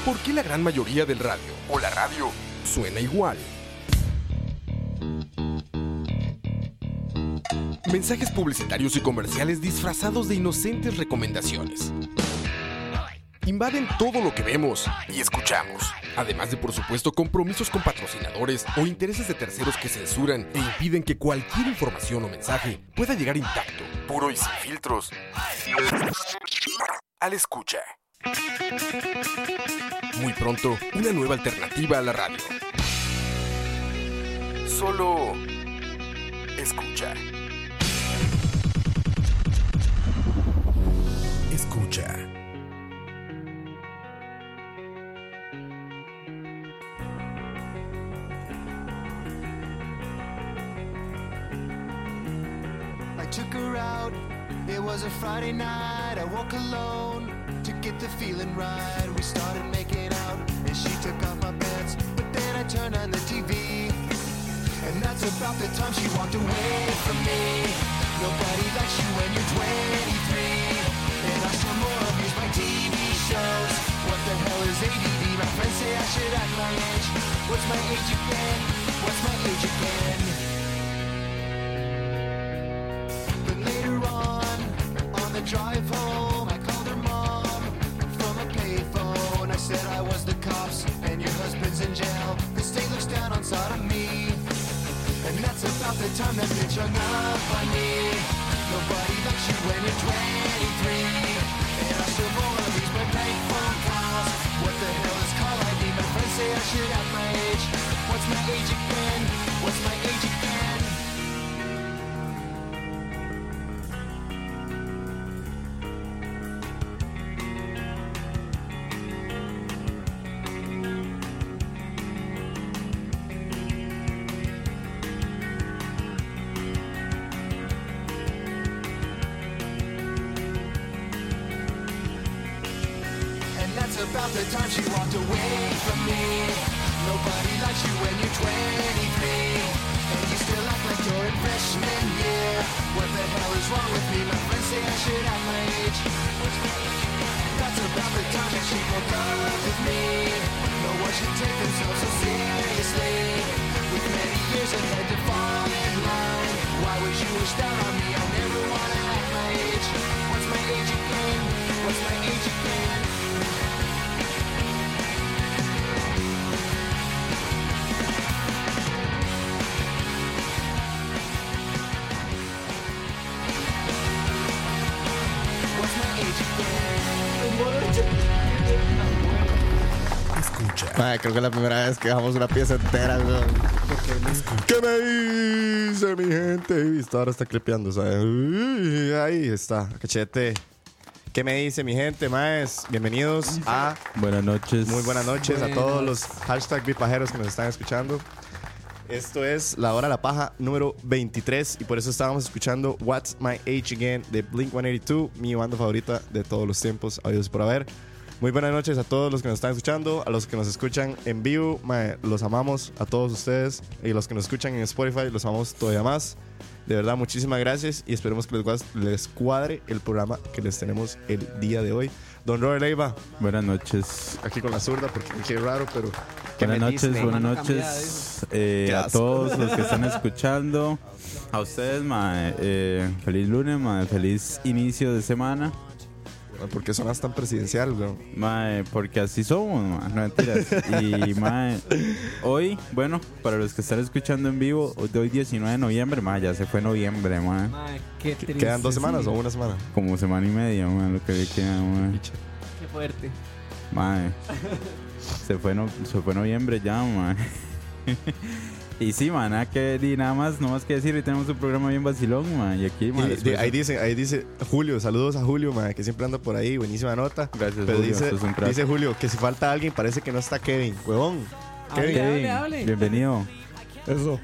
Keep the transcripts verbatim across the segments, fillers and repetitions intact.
¿Por qué la gran mayoría del radio o la radio suena igual? Mensajes publicitarios y comerciales disfrazados de inocentes recomendaciones. Invaden todo lo que vemos y escuchamos. Además de, por supuesto, compromisos con patrocinadores o intereses de terceros que censuran e impiden que cualquier información o mensaje pueda llegar intacto, puro y sin filtros, al escucha. Muy pronto, una nueva alternativa a la radio. Solo escucha. Escucha. I took her out, it was a Friday night. I woke alone to get the feeling right. We started making out and she took off my pants, but then I turned on the T V, and that's about the time she walked away from me. Nobody likes you when you're twenty-three, and I still more abuse my T V shows. What the hell is A D D? My friends say I should act my age. What's my age again? What's my age again? But later on, on the drive home, I called her mom from a payphone. I said I was the cops and your husband's in jail. The state looks down on sodomy, and that's about the time that bitch hung up on me. Nobody likes you when you're twenty-three, and I still wanna reach my bank phone calls. What the hell is call I D? My friends say I should have my age. What's my age again? What's my age again? About the time she walked away from me. Nobody likes you when you're twenty-three, and you still act like you're in freshman year. What the hell is wrong with me? My friends say I should have my age. That's about the time that she broke up with me. No one should take themselves so seriously, with many years ahead to fall in line. Why would you wish down on me? I never wanna act my age. What's my age again? What's my age again? Madre, creo que es la primera vez que dejamos una pieza entera, weón. ¿Qué me dice mi gente? Y esta ahora está clipeando, ¿sabes? Uy, ahí está, cachete. ¿Qué me dice mi gente, maes? Bienvenidos a... Buenas noches. Muy buenas noches buenas. a todos los hashtag bipajeros que nos están escuchando. Esto es La Hora de la Paja número veintitrés, y por eso estábamos escuchando What's My Age Again de Blink ciento ochenta y dos, mi banda favorita de todos los tiempos, habidos por haber. Muy buenas noches a todos los que nos están escuchando, a los que nos escuchan en vivo, mae, los amamos a todos ustedes, y los que nos escuchan en Spotify, los amamos todavía más. De verdad, muchísimas gracias, y esperemos que les, les cuadre el programa que les tenemos el día de hoy. Don Robert Leiva. Buenas noches. Aquí con la zurda, porque qué raro, pero... Buenas noches, buenas noches eh, a todos los que están escuchando. A ustedes, mae, eh, feliz lunes, mae, feliz inicio de semana. ¿Por qué sonas tan presidencial, bro? Mae, porque así somos, mae, no mentiras. Y, mae, hoy, bueno, para los que están escuchando en vivo, de hoy diecinueve de noviembre, mae, ya se fue noviembre, mae. Mae, qué triste. ¿Quedan dos semanas sí. o una semana? Como semana y media, mae, lo que queda, mae. Qué fuerte. Mae, se fue, no, se fue noviembre ya, mae. Y sí, man, nada, que, y nada más, no más que decir, y tenemos un programa bien vacilón, man, y aquí, man, y, de, ahí dice, ahí dice Julio, saludos a Julio, man, que siempre anda por ahí, buenísima nota. Gracias, pero Julio, dice, es un crack. dice Julio que si falta alguien parece que no está Kevin, huevón. Hable, Kevin, hable, hable. Bienvenido. Eso.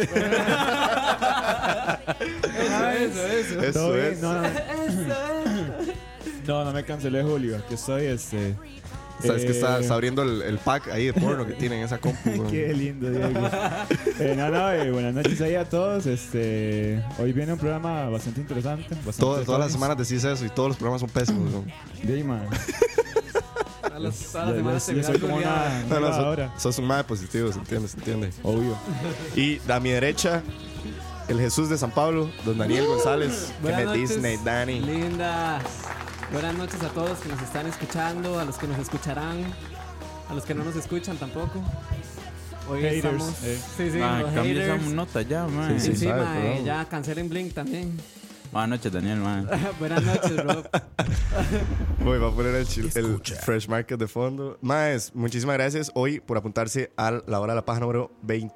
Eso, eso, eso. Eso es. No, no, no, no me cancelé, Julio. Aquí estoy, este. Sabes eh, que está, está abriendo el, el pack ahí de porno que tienen en esa compu, huevón. Qué lindo, Diego. eh, no, no, eh, buenas noches ahí a todos. Este, hoy viene un programa bastante interesante. Bastante Todas, todas las funny. semanas decís eso y todos los programas son pésimos, huevón. De ahí, man. las, Es- todas las yo- semanas yo- te yo soy miras como goleada. una, No, una no, ahora. sos, sos un mae positivo, se entiende, se entiende. Obvio. Y a mi derecha, el Jesús de San Pablo, don Daniel González, que Buenas me noches, Disney, Dani. lindas. Buenas noches a todos que nos están escuchando, a los que nos escucharán, a los que no nos escuchan tampoco. Hoy Haters, estamos. eh. Sí, sí, Ma, los cambia esa haters. nota ya, man. Sí, Sí, sí, sabe, mae, pero- ya cancelen Blink también. Buenas noches, Daniel, man. Buenas noches, Rob. Voy, va a poner el, chil- el Fresh Market de fondo. Más, muchísimas gracias hoy por apuntarse a la hora de la paja número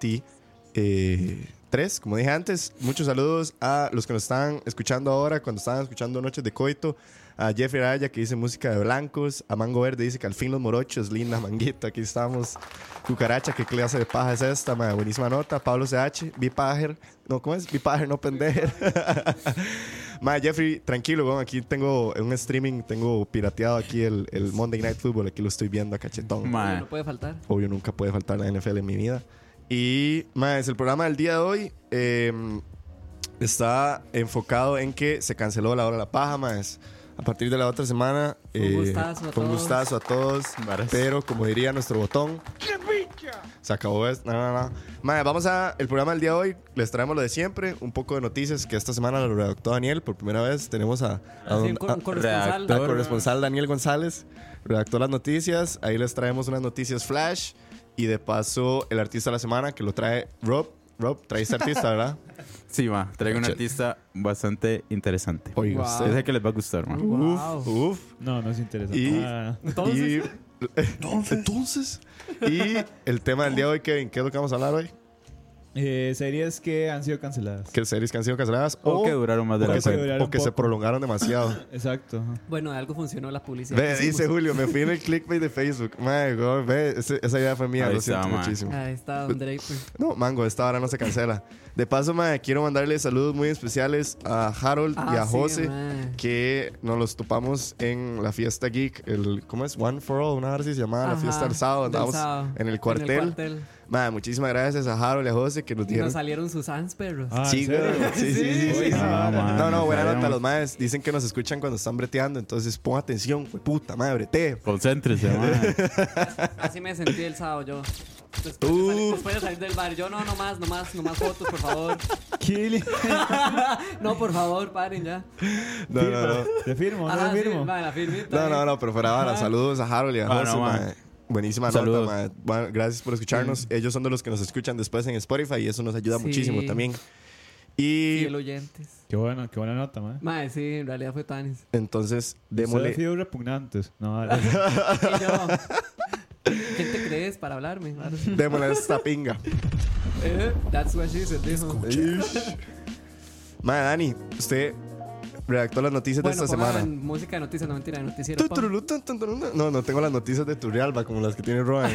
veintitrés. Como dije antes, muchos saludos a los que nos están escuchando ahora, cuando estaban escuchando Noches de Coito. A Jeffrey Araya, que dice música de blancos. A Mango Verde dice que al fin los morochos. Linda, Manguito, aquí estamos. Cucaracha, qué clase de paja es esta, ma, buenísima nota. Pablo C H, Bipager. No, ¿cómo es? Bipager, no pendejer. Ma, Jeffrey, tranquilo, weón, aquí tengo un streaming, tengo pirateado aquí el, el Monday Night Football, aquí lo estoy viendo a cachetón. Ma, No puede faltar. Obvio, nunca puede faltar la N F L en mi vida. Y, más, el programa del día de hoy eh, está enfocado en que se canceló la hora de la paja, más. A partir de la otra semana, Fue un eh, gustazo a fue un todos. gustazo a todos. Varas. Pero, como diría nuestro botón, se acabó esto. No, no, no. Mae, vamos a el programa del día de hoy. Les traemos lo de siempre. Un poco de noticias que esta semana lo redactó Daniel. Por primera vez tenemos a, a, Así, don- un, cor- a- un corresponsal. al redactor. corresponsal Daniel González. Redactó las noticias. Ahí les traemos unas noticias flash. Y de paso, el artista de la semana que lo trae Rob. Rob, trae este artista, ¿verdad? sí, ma. Traigo un Che. artista bastante interesante. Oiga, Wow. Yo usted. sé que les va a gustar, man. Wow. Uf, uf. No, no es interesante. Y- Ah, Entonces, Y, entonces. Y el tema del día de hoy, Kevin, ¿qué es lo que vamos a hablar hoy? eh, series que han sido canceladas. Que series que han sido canceladas O que duraron más de o la que, se cuenta. duraron se, o que se poco. prolongaron demasiado. Exacto. ajá. bueno, de algo funcionó la publicidad. Ve, que hicimos. dice Julio, me fui en el clickbait de Facebook. My God, ve, ese- esa idea fue mía, Ahí lo está, siento man. muchísimo. Ahí está Don Draper. No, mango, esta hora no se cancela. De paso, mae, quiero mandarle saludos muy especiales a Harold y Ah, a sí, José, mae. que nos los topamos en la fiesta geek. El, ¿Cómo es? One for All, una hora así se llamaba, la Ajá, fiesta del sábado. del Andábamos sábado. en el cuartel. cuartel. Mae, muchísimas gracias a Harold y a José que nos Y dieron. nos salieron sus sans perros. Ah, ¿en Sí, serio? güey. Sí, sí, sí, sí. Ah, man, No, no, buena sabíamos. nota. Los maes dicen que nos escuchan cuando están breteando. Entonces, pon atención, güey, puta madre, brete. Concéntrese, man. Así me sentí el sábado yo. Después, de Uf. salir, después de salir del bar, yo no, no más, no más, no más fotos, por favor. Kill. No, por favor, paren ya. No, no, no. Te firmo, no Ajá, te sí, firmo. mae, la firmita. No, no, ahí. no, pero fuera vara. Ajá. Saludos a Harold y a Ah, José, no, mae. man. Buenísima Saludos. nota, mae. Bueno, gracias por escucharnos. Ellos son de los que nos escuchan después en Spotify y eso nos ayuda Sí. muchísimo también. Sí, Y el oyentes. Qué bueno, qué buena nota, man. Mae, sí, en realidad fue Tanis. entonces, Ustedes démosle. han sido repugnantes. No, vale. Y yo, ¿quién te crees para hablarme? Ahora sí. Démosle esta pinga. Eh, That's what she said, dijo. Mae, Dani, usted redactó las noticias Bueno, de esta pongan semana. música de noticias, no mentira, de noticiero. pa. Tuturulú, tun, tun, tun, tun. No, no tengo las noticias de Turrialba como las que tiene Roan.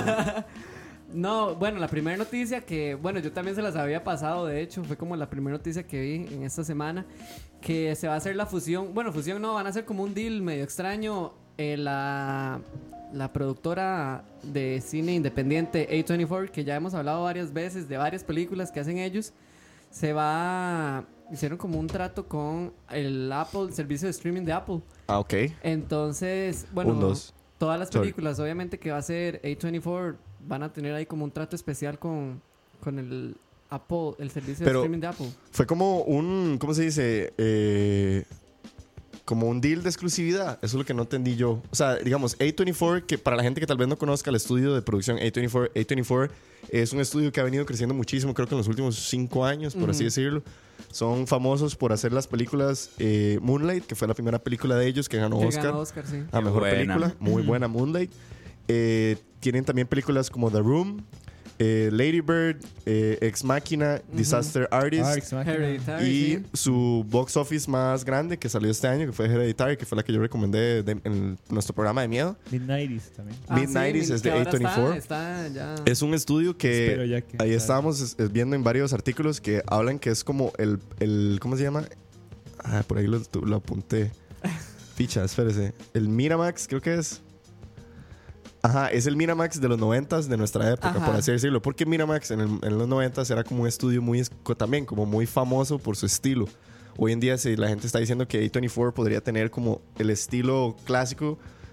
No, bueno, la primera noticia que, bueno, yo también se las había pasado, de hecho, fue como la primera noticia que vi en esta semana, que se va a hacer la fusión, bueno, fusión no, van a hacer como un deal medio extraño, eh, la, la productora de cine independiente A veinticuatro, que ya hemos hablado varias veces de varias películas que hacen ellos, se va, hicieron como un trato con el Apple, el servicio de streaming de Apple. Ah, ok. Entonces, bueno, Un, dos. todas las Sorry. películas, obviamente que va a ser A veinticuatro, van a tener ahí como un trato especial con, con el Apple, el servicio Pero- de streaming de Apple. Fue como un, ¿cómo se dice? Eh, como un deal de exclusividad. Eso es lo que no entendí yo. O sea, digamos, A veinticuatro, que para la gente que tal vez no conozca el estudio de producción A veinticuatro, A veinticuatro es un estudio que ha venido creciendo muchísimo, creo que en los últimos cinco años, por Ujú. así decirlo. Son famosos por hacer las películas eh, Moonlight, que fue la primera película de ellos que ganó Que Oscar. ganó Oscar, sí. A mejor buena. película. Muy buena Moonlight. Eh, tienen también películas como The Room, eh, Lady Bird, eh, Ex Machina, Disaster Artist. Ah, Ex Machina. Hereditary, Y sí. su box office más grande que salió este año, que fue Hereditary, que fue la que yo recomendé de- en nuestro programa de miedo. Mid-nineties también. Ah, Mid-nineties sí, es de que A ahora veinticuatro. Está, está ya. Es un estudio Espero que ya que- ahí claro. estábamos es- es viendo en varios artículos que hablan que es como el, el ¿cómo se llama? Ah, por ahí lo, lo apunté. Ficha, espérese. El Miramax, creo que es. Ajá, es el Miramax de los noventas de nuestra época, Ajá. por así decirlo. Porque Miramax en, el- en los noventas era como un estudio muy, es- co- también como muy famoso por su estilo. Hoy en día si la gente está diciendo que A veinticuatro podría tener como el estilo clásico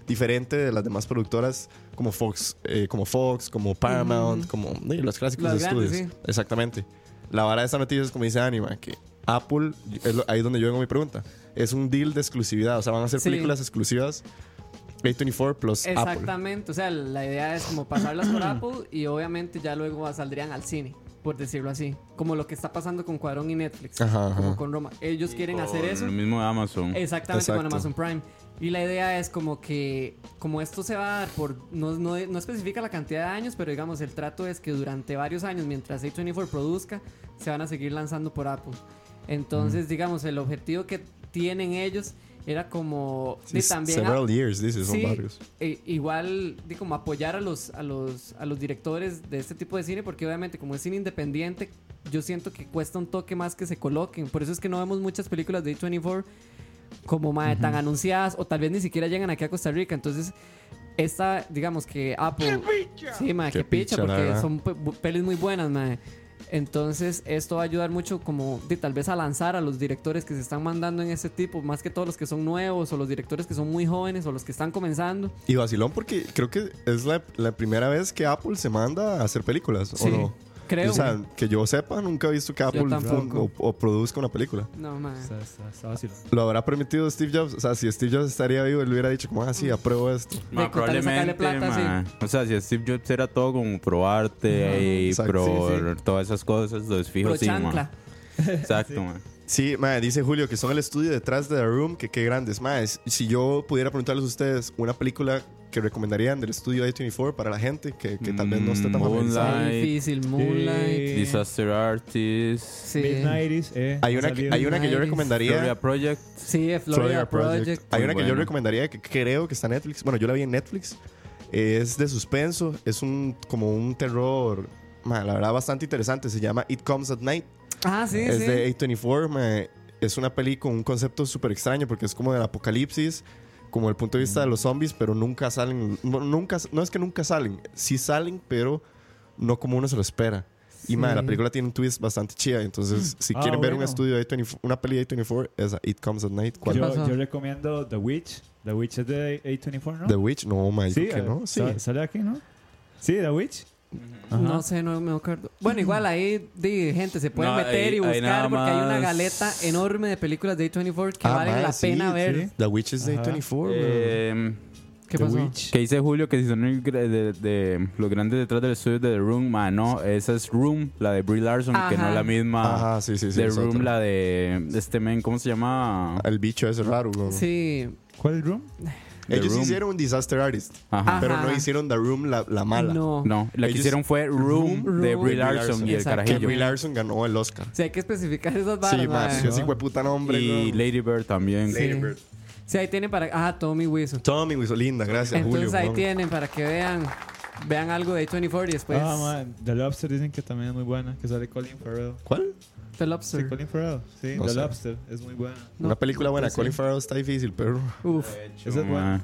diferente de las demás productoras como Fox, eh, como Fox, como Paramount, Mm. como eh, los clásicos Los estudios. grandes, sí. Exactamente. La vara de esta noticia es como dice Anima, que Apple, es lo- ahí es donde yo vengo mi pregunta, es un deal de exclusividad, o sea, van a hacer Sí. películas exclusivas A veinticuatro plus Apple. Exactamente, o sea, la idea es como pasarlas por Apple y obviamente ya luego saldrían al cine, por decirlo así. Como lo que está pasando con Cuarón y Netflix, Ajá, ajá. como con Roma. Ellos quieren hacer Con eso. Lo mismo de Amazon. Exactamente, con Exacto. Amazon Prime. Y la idea es como que, como esto se va a dar por, no, no, no especifica la cantidad de años, pero digamos, el trato es que durante varios años, mientras A veinticuatro produzca, se van a seguir lanzando por Apple. Entonces, digamos, el objetivo que tienen ellos era como Sí, de también... a- several years, dice, son Sí, varios. e- igual de como apoyar a los, a los a los directores de este tipo de cine, porque obviamente como es cine independiente, yo siento que cuesta un toque más que se coloquen. Por eso es que no vemos muchas películas de A veinticuatro como mae, tan anunciadas, o tal vez ni siquiera llegan aquí a Costa Rica. Entonces, esta, digamos que Apple. Sí, mae, Qué qué picha, picha, la porque verdad. son pe- bu- pelis muy buenas, mae. Entonces, esto va a ayudar mucho como de, tal vez a lanzar a los directores que se están mandando en ese tipo, más que todos los que son nuevos o los directores que son muy jóvenes o los que están comenzando. Y vacilón porque creo que es la, la primera vez que Apple se manda a hacer películas, Sí, ¿o no? creo. O sea, que yo sepa, nunca he visto que Apple tampoco. fun- o, o produzca una película. No, mae. Está, está, está vacilón. ¿Lo habrá permitido Steve Jobs? O sea, si Steve Jobs estaría vivo, él hubiera dicho como, ah, sí, apruebo esto. Ma, De con tal de sacarle probablemente, plata, ma, o sea, si Steve Jobs era todo como pro arte y exacto, pro sí, todas esas cosas, entonces fijo Pro sí, ma. chancla. Exacto, ma. Sí, mae, dice Julio que son el estudio detrás de The Room, que qué grandes. Mae, si yo pudiera preguntarles a ustedes una película que recomendarían del estudio A veinticuatro para la gente que, que tal vez no esté tan Mm, familiarizada. Moonlight. Está difícil, Moonlight. Sí. Disaster Artist, Sí. Midnighties, eh. Hay ha una, que, salido. hay una que yo Nice. recomendaría. Florida Project. Sí, Florida, Florida Project. Project. Hay Muy una que yo buena. recomendaría que creo que está en Netflix. Bueno, yo la vi en Netflix. Eh, es de suspenso. Es un como un terror, mae, la verdad, bastante interesante. Se llama It Comes at Night. Ah, sí, es sí. de A veinticuatro. mae. Es una peli con un concepto súper extraño porque es como del apocalipsis, como el punto de vista de los zombies, pero nunca salen. No, nunca, no es que nunca salen. Sí salen, pero no como uno se lo espera. Y mae, Sí. la película tiene un twist bastante chida. Entonces, si Ah, quieren ver un bueno. estudio de A veinticuatro, una peli de A veinticuatro, esa It Comes at Night. ¿Cuál? Yo, pasó? yo recomiendo The Witch. The Witch es de A veinticuatro, ¿no? The Witch, no, mae, Sí, que eh, no. Sí. sa- sale aquí, ¿no? Sí, The Witch. Ajá. No sé, no me acuerdo. Bueno, igual ahí, di, gente, se pueden No, meter ahí- y ahí nada buscar porque hay una más. galeta enorme de películas de A veinticuatro que Ah, valen mae, la sí, pena sí. ver. The Witch es de Ajá. A veinticuatro, bro. Eh, ¿Qué The pasó? Witch. que dice Julio que si son el gra- de, de los grandes detrás del estudio de The Room, ma, no, esa es Room, la de Brie Larson, que no Ajá. es la misma. Ajá, sí, sí, sí. The es Room, otra. la de este men, ¿cómo se llama? El bicho ese raro, bro. Sí. ¿Cuál es Room? The Ellos Room. hicieron un Disaster Artist, Ajá. pero Ajá. no hicieron The Room la, la mala. No. No, la que Ellos- hicieron fue Room, Room de de Brie Brie Larson, Larson, y el exacto. Que carajillo. Brie Larson ganó el Oscar. Sí, hay que especificar esas varas. Sí, mae. más. Ese hijo de puta nombre, Y bro. Lady Bird también. Sí. Lady Bird. Sí, ahí tienen para... Ajá, Tommy Wiseau. Tommy Wiseau, linda, gracias, Entonces Julio. ahí bro. tienen para que vean vean algo de A veinticuatro y después Ah, man. The Lobster dicen que también es muy buena. Que sale Colin Farrell. ¿Cuál? The Sí, Lobster. Colin Farrell. Sí, No The sé. Lobster es muy buena. No, Una película buena. no sé. Colin Farrell está difícil, pero... Uf. Esa es buena.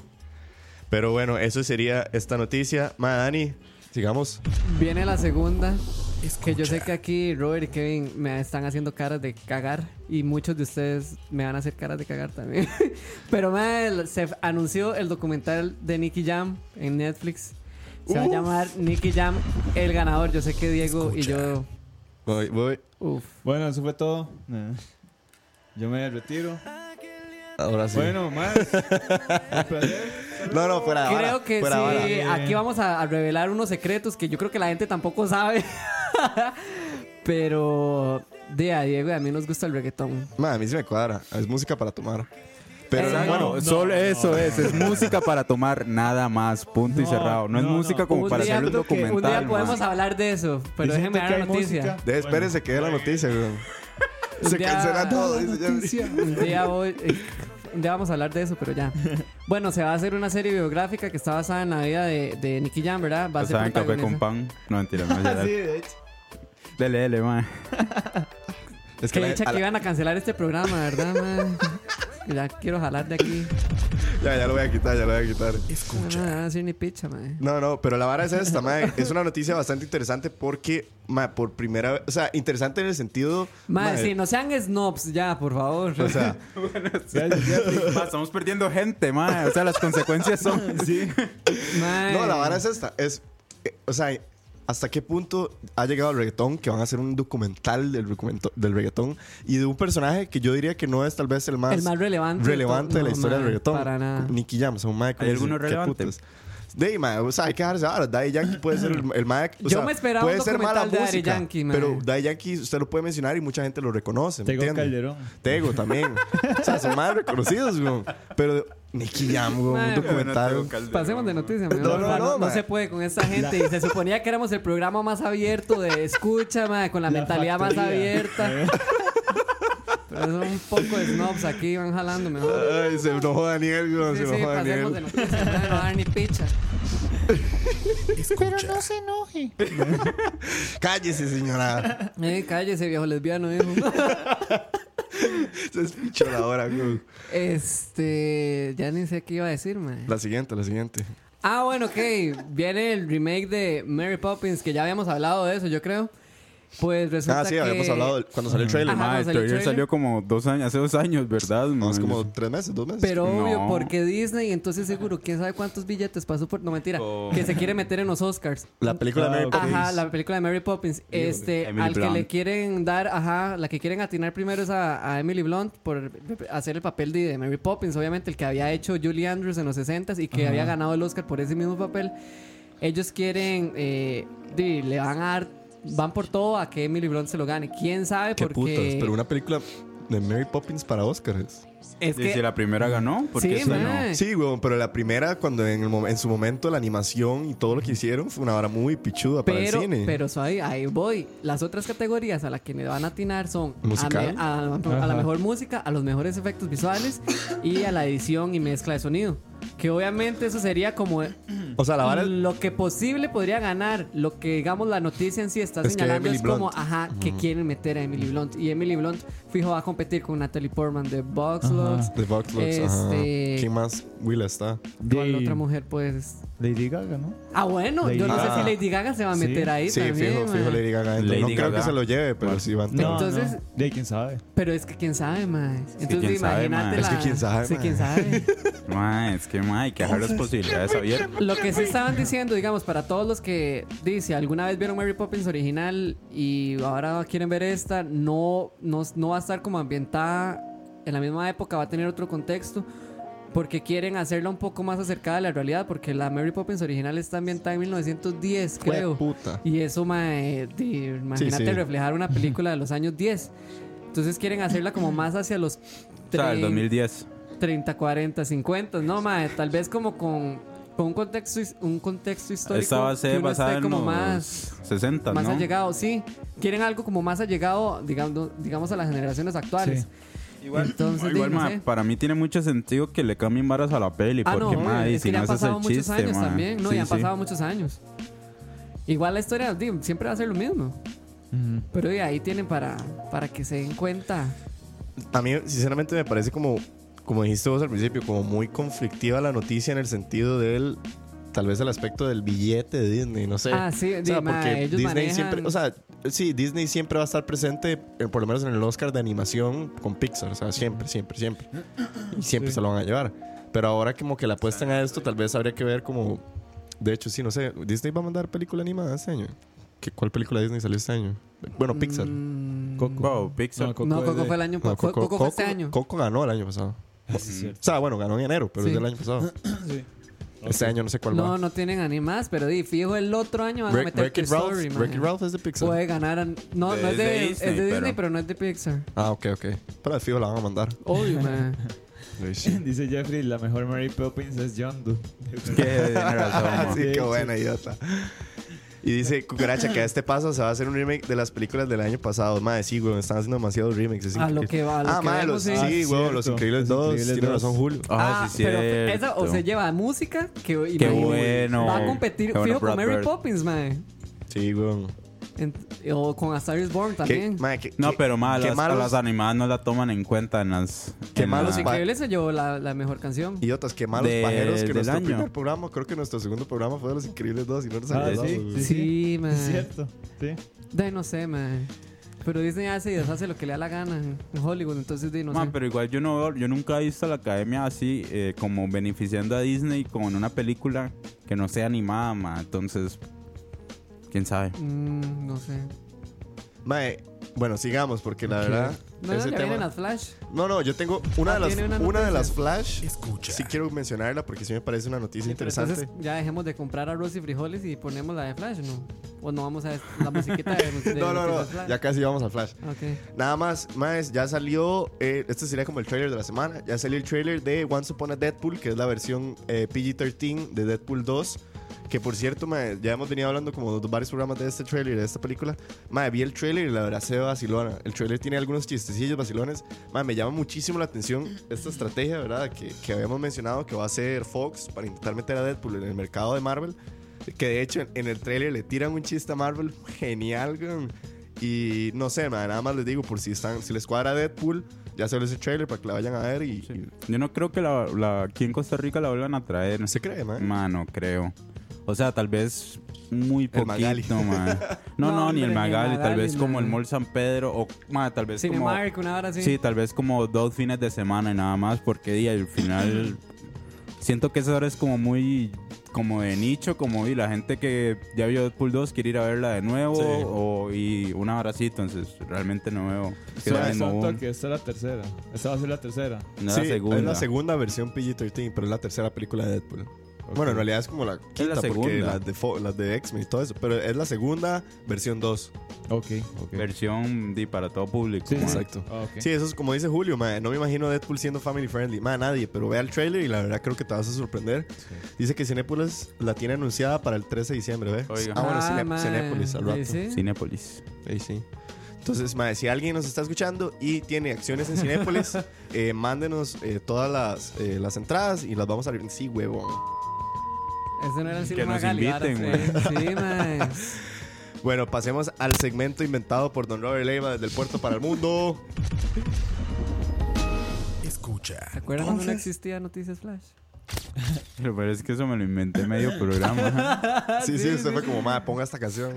Pero bueno, eso sería esta noticia. Ma, Dani, sigamos. Viene la segunda. Es que yo sé que aquí Robert y Kevin me están haciendo caras de cagar y muchos de ustedes me van a hacer caras de cagar también. Pero mae, se anunció el documental de Nicky Jam en Netflix. Se va a llamar Nicky Jam el ganador. Yo sé que Diego y yo... Voy, voy. Uf. Bueno, eso fue todo. Eh, Yo me retiro. Ahora sí. Bueno, más. Un placer. No, no, fuera de vara, Creo que fuera de sí. vara. Aquí vamos a, a revelar unos secretos que yo creo que la gente tampoco sabe. Pero de a Diego y a mí nos gusta el reggaetón. Ma, a mí sí me cuadra. Es música para tomar. Pero Eh, bueno, Bueno, solo eso es, es música para tomar nada más, punto y No, cerrado. No, es no, música no. como Un para día- hacer un un día documental. podemos man. hablar de eso. Pero Dicen déjenme que dar la hay noticia. música. de, espérese que dé la noticia, güey. Se día- cancela todo. dice ya. Un día voy... eh, Un día vamos a hablar de eso, pero ya. Bueno, se va a hacer una serie biográfica que está basada en la vida de, de Nicky Jam, ¿verdad? Va a O ser sea, en café con protagonista. pan. No, mentira, no. ya- Sí, de hecho. Dele, dele, man. Es Que la- dicha a que la- iban a cancelar este programa, ¿verdad, man? Ya quiero jalar de aquí. Ya, ya lo voy a quitar, ya lo voy a quitar. No, no, no, no decir ni picha, mae. No, no, pero la vara es esta, mae. Es una noticia bastante interesante porque, mae, por primera vez, o sea, interesante en el sentido, Mae, mae, sí, no sean snobs ya, por favor. o sea, Ma, estamos perdiendo gente, ma. O sea, las consecuencias son. Sí. Mae. no, la vara es esta, es, eh, o sea, ¿hasta qué punto ha llegado el reggaetón? Que van a hacer un documental del, documento, del reggaetón y de un personaje que yo diría que no es tal vez el más, El más relevante de relevante to- de la no, historia del mae, reggaetón. para nada. Nicky Jam, o sea, un mae que ¿Hay dice, alguno ¿qué relevante? putas? De ahí, mae, o sea, hay que dejarse ahora. Daddy Yankee puede ser el, el mae. O Yo sea, me esperaba puede un ser mala documental de Daddy música, Yankee, mae. pero Daddy Yankee usted lo puede mencionar y mucha gente lo reconoce. ¿me Tego entiende? Calderón. Tego también. O sea, son más reconocidos, güey. Pero Nicky Jam, güey, Mae, un documental. Pasemos de noticias, mae. No, no, no, no, no mae. se puede con esta gente. Y se suponía que éramos el programa más abierto de escucha, mae, con la, La mentalidad más factoría. abierta. Pero son un poco de snobs aquí, van jalando mejor. Ay, se enojó Daniel, güey. Sí, se sí, enojó pasemos de Daniel. noticias, mae, no dar ni picha. Escucha. Cállese, señora. Eh, cállese, viejo lesbiano, dijo. Se espichó la hora, güey. Este. Ya ni sé qué iba a decir, mae. La siguiente, la siguiente. Ah, bueno, ok. Viene el remake de Mary Poppins, que ya habíamos hablado de eso, yo creo. Pues resulta Ah, sí, que... habíamos hablado del- cuando salió el trailer. Ajá. Ma, el cuando salió el trailer trailer. salió como dos años, hace dos años, ¿verdad? No, ma? es como tres meses, dos meses. Pero obvio, No. porque Disney, entonces seguro, quién sabe cuántos billetes pasó por... No, mentira. Oh. Que se quiere meter en los Oscars. La película de Ah, Mary ok. Poppins. Ajá, la película de Mary Poppins. Este, Emily al que Blunt. le quieren dar, ajá, la que quieren atinar primero es a, a Emily Blunt por hacer el papel de, de Mary Poppins, obviamente, el que había hecho Julie Andrews en los sesentas y que había ganado el Oscar por ese mismo papel. Ellos quieren, eh, di, le van a dar, van por todo a que Emily Blunt se lo gane. ¿Quién sabe? Qué Porque putas, pero una película de Mary Poppins para Oscars. es Y que... si la primera ganó, ¿por qué Sí, esta no? mae. Sí, güey, pero la primera, cuando en, el mom- en su momento la animación y todo lo que hicieron fue una vara muy pichuda para Pero, el cine. pero soy, ahí voy. Las otras categorías a las que le van a atinar son a, ¿Musical? me- a- a la Ajá. mejor música, a los mejores efectos visuales y a la edición y mezcla de sonido. Que obviamente eso sería como O sea, la vara lo que posible podría ganar. Lo que, digamos, la noticia en sí está Es que señalando Emily es como, Blunt. ajá, que quieren meter a Emily Blunt. Y Emily Blunt, fijo, va a competir con Natalie Portman de Box Ajá. Lux. de Vox Lux, ajá. Este- ¿Quién más? Will está. Con la De- otra mujer, pues. Lady Gaga, ¿no? Ah, bueno, Lady yo no Gaga. sé si Lady Gaga se va a Sí. meter ahí Sí, también. fijo, fijo man. Lady Gaga. entra. Lady no creo Gaga. que se lo lleve, pero Bueno. sí va a entrar. No, Entonces- no. De quién sabe. Pero es que quién sabe, más. Entonces, quién sabe, imagínate mae. la... Es que quién sabe, Sí, mae. quién sabe. Ma, es que ma, hay que dejar las posibilidades abiertas. Lo que sí estaban diciendo, digamos, para todos los que dice alguna vez vieron Mary Poppins original y ahora quieren ver esta, no, no, no va a estar como ambientada en la misma época, va a tener otro contexto. Porque quieren hacerla un poco más acercada a la realidad. Porque la Mary Poppins original está ambientada en mil novecientos diez, creo. Puta. Y eso, mae, di- imagínate sí. reflejar una película de los años diez. Entonces quieren hacerla como más hacia los O sea, el tre- dos mil diez. treinta, cuarenta, cincuenta. No, mae, tal vez como con, con un contexto his- un contexto histórico. Esta va a que ser uno basada esté en como los más, sesenta, más ¿no? allegado. Sí, quieren algo como más allegado, digamos, digamos a las generaciones actuales. Sí. Igual, Entonces, igual di, no ma, sé. para mí tiene mucho sentido que le cambien varas a la peli. Ah, no, porque, ma, obvio, y es si que ya no han ese es pasado el muchos chiste, años ma. también. No, Sí, ya han sí. pasado muchos años. Igual la historia di, siempre va a ser lo mismo. Ujú. Pero di, ahí tienen para, para que se den cuenta. A mí, sinceramente, me parece como, como dijiste vos al principio, como muy conflictiva la noticia en el sentido del, tal vez el aspecto del billete de Disney, no sé. Ah, sí, o di, sea, ma, porque ellos Disney manejan- siempre, o sea, sí, Disney siempre va a estar presente, eh, por lo menos en el Oscar de animación con Pixar, o sea, siempre, siempre, siempre. Y siempre Sí. se lo van a llevar. Pero ahora como que le apuestan a esto, tal vez habría que ver como, de hecho, sí, no sé, Disney va a mandar película animada este año. ¿Qué, ¿Cuál película de Disney salió este año? Bueno, Pixar. Mm, Coco. Wow, Pixar. No, Coco no, es Coco de- fue el año No, pasado. Coco, fue este año. Coco ganó el año pasado. Ah, sí, es cierto. O sea, bueno, ganó en enero, pero Sí. es del año pasado. Sí. Este año no sé cuál No, va. no tienen animadas, pero di, fijo, el otro año van a Wreck- meter Wreck-It Toy Ralph, Story, man. Wreck-It Ralph es de Pixar. Puede ganar. a- No, no Es es de de, Disney, es de Disney, pero- pero no es de Pixar. Ah, ok, ok. Pero al fijo la van a mandar. Obvio, man. Ahí sí. Dice Jeffrey, la mejor Mary Poppins es John Doe. Que tiene razón, ma. sí, Sí, qué sí. buena idiota. Y dice Cucaracha que a este paso se va a hacer un remake de las películas del año pasado. Madre, sí, güey, están haciendo demasiados remakes. Es A lo increíble. que va, a lo Ah, que madre, vemos, los, sí. sí, Ah, güey, cierto. Los Increíbles Los dos. Increíbles Tiene dos. razón, Julio. Ah, sí, pero cierto. esa o se lleva música que Qué imagínate, bueno. va a competir Qué bueno, fijo con Brad Mary Bird. Poppins, man. Sí, güey. Ent- O con A Star is Born ¿Qué, también. mae, qué- No, qué- pero más qué las, malos- las animadas no la toman en cuenta en las. Qué en malos la- Los Increíbles se llevó la, la mejor canción. Idiotas, qué malos De- pajeros que del nuestro año. primer programa, creo que nuestro segundo programa fue de Los Increíbles dos y no nos Ah, acordamos. sí, güey. Sí, man. Es cierto. Sí. De no sé, man. Pero Disney hace y deshace lo que le da la gana en en Hollywood, entonces de no Man, sé. pero igual yo no veo- yo nunca he visto a la academia así eh, como beneficiando a Disney con una película que no sea animada, man. Entonces, quién sabe. Mm, no sé. Mae, bueno, sigamos porque la verdad No, ese ya tema- vienen las Flash. No, no, yo tengo una Ah, de las tiene una una, de noticia. las Flash. Escucha. Sí quiero mencionarla porque sí me parece una noticia Sí, pero interesante. entonces ya dejemos de comprar arroz y frijoles y ponemos la de Flash, ¿no? O no vamos a la musiquita de, de no, no, no, noticias Flash. ya casi vamos al Flash. Ok. Nada más, más, ya salió, eh, este sería como el trailer de la semana, ya salió el trailer de Once Upon a Deadpool, que es la versión eh, P G trece de Deadpool dos, que por cierto, mae, ya hemos venido hablando como de varios programas de este trailer, de esta película. Mae, vi el trailer y la verdad se ve vacilona. El trailer tiene algunos chistecillos vacilones. Mae, me llama muchísimo la atención esta estrategia, ¿verdad? Que, que habíamos mencionado que va a hacer Fox para intentar meter a Deadpool en el mercado de Marvel. Que de hecho en, en el trailer le tiran un chiste a Marvel genial, güey. Y no sé, man, nada más les digo, por si están, si les cuadra Deadpool, ya salió ese trailer para que la vayan a ver y... Sí. Yo no creo que la, la- aquí en Costa Rica la vuelvan a traer. y- ¿Se cree, man? Mano, creo. O sea, tal vez muy El Magali. poquito, man. No, No, no, ni hombre, ni el el Magali. Tal Magali, vez como man. el Mall San Pedro. O, man, tal vez como... Cinemark, una hora así. Sí, tal vez como dos fines de semana y nada más. Porque di, al final... siento que esa hora es como muy... como de nicho. Como y la gente que ya vio Deadpool dos quiere ir a verla de nuevo. Sí. O, y una hora así. Entonces, realmente no veo... que Suena sea como exacto un- que esta es la tercera. Esta va a ser la tercera. no Sí, la segunda. es la segunda versión P G trece, pero es la tercera película de Deadpool. Bueno, en realidad es como la quinta, la porque segunda. las de, Fo- las de X-Men y todo eso, pero es la segunda versión dos. Ok, ok. Versión di, para todo público. Sí, man. Exacto. Ah, ok. Sí, eso es como dice Julio, man, no me imagino a Deadpool siendo family friendly, man, nadie, pero vea el trailer y la verdad creo que te vas a sorprender. Dice que Cinépolis la tiene anunciada para el trece de diciembre, ¿ves? Oiga. Ah, bueno, Ah, Cine- man. Cinépolis al rato. Sí, sí. Cinépolis. Ahí sí. Entonces, mae, si alguien nos está escuchando y tiene acciones en Cinépolis, eh, mándenos eh, todas las, eh, las entradas y las vamos a abrir. Sí, huevón. Ese no era el Que cine nos Magali, ahora inviten, sí. Sí, man. Bueno, pasemos al segmento inventado por Don Robert Leiva desde el puerto para el mundo. Escucha. ¿Se acuerdan cuando no Entonces- existía Noticias Flash? Pero parece que eso me lo inventé medio programa. Sí, sí, sí, usted sí. fue como, mae, ponga esta canción.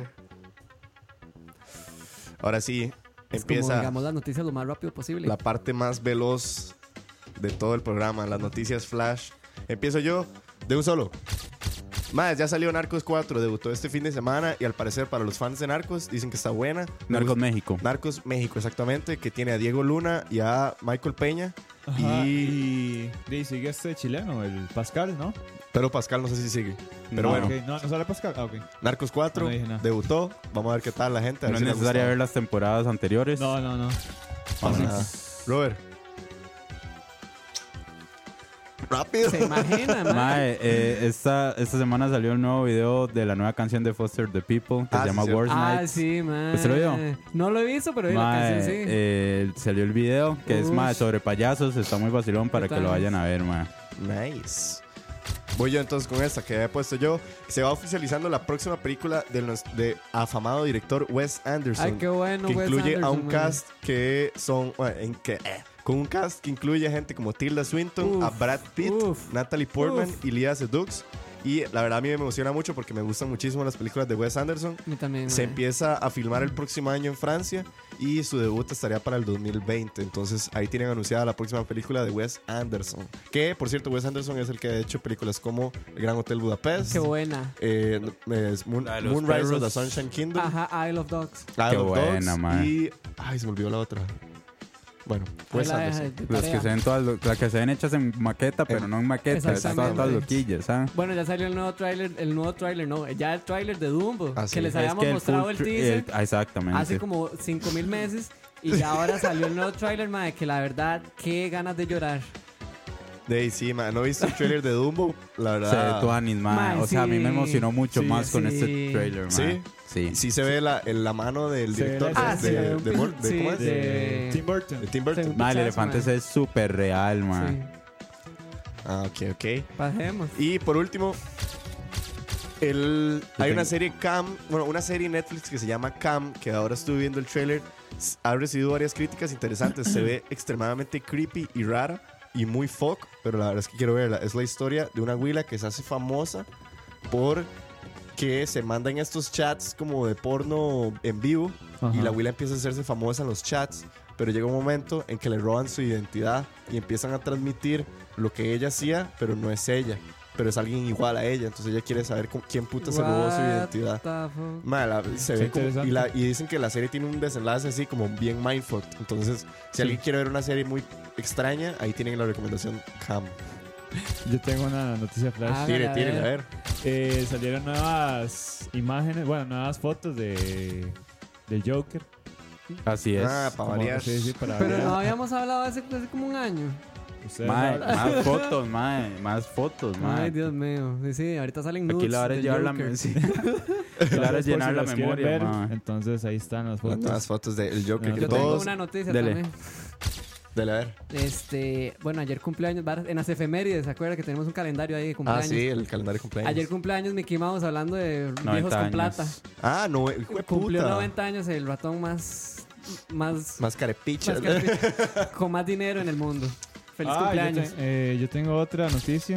Ahora sí, Es como, empieza digamos, las noticias lo más rápido posible. la parte más veloz de todo el programa, las noticias flash. Empiezo yo de un solo. Más, ya salió Narcos cuatro, debutó este fin de semana y al parecer para los fans de Narcos dicen que está buena. Narcos México. Narcos México, exactamente, que tiene a Diego Luna y a Michael Peña. Ajá, Y... y... y sigue este chileno, el Pascal, ¿no? Pero Pascal no sé si sigue. Pero No. bueno, Ok, No, no sale Pascal. Ah, ok. Narcos cuatro No dije nada. debutó. Vamos a ver qué tal la gente. a ver No es si le ha necesario gustado. ver las temporadas anteriores. No, no, no. Para nada. Robert. Rápido. ¿Se imagina, man? Mae, eh, esta, esta semana salió el nuevo video de la nueva canción de Foster the People que Ah, se sí, llama cierto. Worst Ah, Nights. sí, man. ¿Usted lo vio? No lo he visto, pero vi la Mae, canción, sí. eh, salió el video que es Ush. mae, sobre payasos. Está muy vacilón para que lo Total. vayan a ver, mae. Nice. Voy yo entonces con esta que había puesto yo. Se va oficializando la próxima película del nos- de afamado director Wes Anderson. Ay, qué bueno, que Wes incluye a Anderson, un man. cast que son bueno, en que eh, con un cast que incluye a gente como Tilda Swinton, Uf, a Brad Pitt, uf, Natalie Portman uf. y Lea Seydoux. Y la verdad a mí me emociona mucho porque me gustan muchísimo las películas de Wes Anderson. A mí también, Se man. empieza a filmar el próximo año en Francia y su debut estaría para el dos mil veinte. Entonces ahí tienen anunciada la próxima película de Wes Anderson. Que, por cierto, Wes Anderson es el que ha hecho películas como El Gran Hotel Budapest, Qué buena. eh, es Moon- La de los Moonrise perros. of the Sunshine Kingdom, Ajá, Isle of Dogs. Isle Qué of buena, Dogs, man. y... Ay, se me olvidó la otra. Bueno, Wes Ahí la Anderson. deja de Los que tarea. se ven todas, lo- las que se ven hechas en maqueta, pero no en maqueta, están Exactamente. todas loquillas, ¿ah? Bueno, ya salió el nuevo tráiler, el nuevo tráiler, no, ya el tráiler de Dumbo, Ah, sí. que les Es habíamos que el mostrado full el tr- teaser el- ah, exactamente. hace como cinco mil meses y ya ahora salió el nuevo tráiler, madre, que la verdad, qué ganas de llorar. De ahí sí, man. No he visto el trailer de Dumbo, la Se verdad. ve tuanis, mae. Mae, O sea, a mí me sí. emocionó mucho Sí, más con sí. este trailer, ¿Sí? mae. Sí. Sí se ve la, en la mano del Se ve director la- Ah, de, sí, de, ve un de, pi- Bur- de- sí, ¿cómo es? de- De Tim Burton. De Tim Burton. Sí. Mae, el Pichazo, elefante mae. es súper real, mae. Sí, Ah, ok, ok. pasemos. Y por último, El, hay tengo- una serie Cam, bueno, una serie en Netflix que se llama Cam, que ahora estuve viendo el trailer. s- Ha recibido varias críticas interesantes. Se ve extremadamente creepy y rara y muy fuck, pero la verdad es que quiero verla. Es la historia de una güila que se hace famosa por que se mandan estos chats como de porno en vivo Ajá. y la güila empieza a hacerse famosa en los chats, pero llega un momento en que le roban su identidad y empiezan a transmitir lo que ella hacía, pero no es ella, pero es alguien igual a ella. Entonces ella quiere saber con quién puta se robó su What identidad. the fuck? Ma, la- se Sí, ve como, y, interesante. la- y dicen que la serie tiene un desenlace así como bien mindfuck. Entonces, si Sí. alguien quiere ver una serie muy extraña, ahí tienen la recomendación Cam. Yo tengo una noticia flash. Ah, Tire, a tire, ver. a ver. Eh, salieron nuevas imágenes, bueno, nuevas fotos de del Joker. Así es. Ah, para Como- variar. sí, sí, para Pero variar. no habíamos hablado hace, hace como un año. Ustedes Mae, saben- más fotos, mae, más fotos, mae. Ay, Dios mío. Sí, sí, ahorita salen nudes Aquí la hora es del llevar la, Joker. sí. La hora es Entonces, llenar por la si las quieren memoria, ver, mae. entonces ahí están las Las fotos. nuevas fotos del Joker. Yo que Yo tengo todos. una noticia Dele. también. Dele, a ver. Este, bueno, ayer cumpleaños, var- en las efemérides, ¿se acuerda que tenemos un calendario ahí de Ah, cumpleaños? sí, el calendario de cumpleaños. Ayer cumpleaños Mickey Mouse hablando de viejos noventa con años. plata. Ah, no, hijo de Cumplió puta. noventa años el ratón más más, Más carepicha. más que- con más dinero en el mundo. Feliz Ah, yo, cumpleaños. te- eh, yo tengo otra noticia.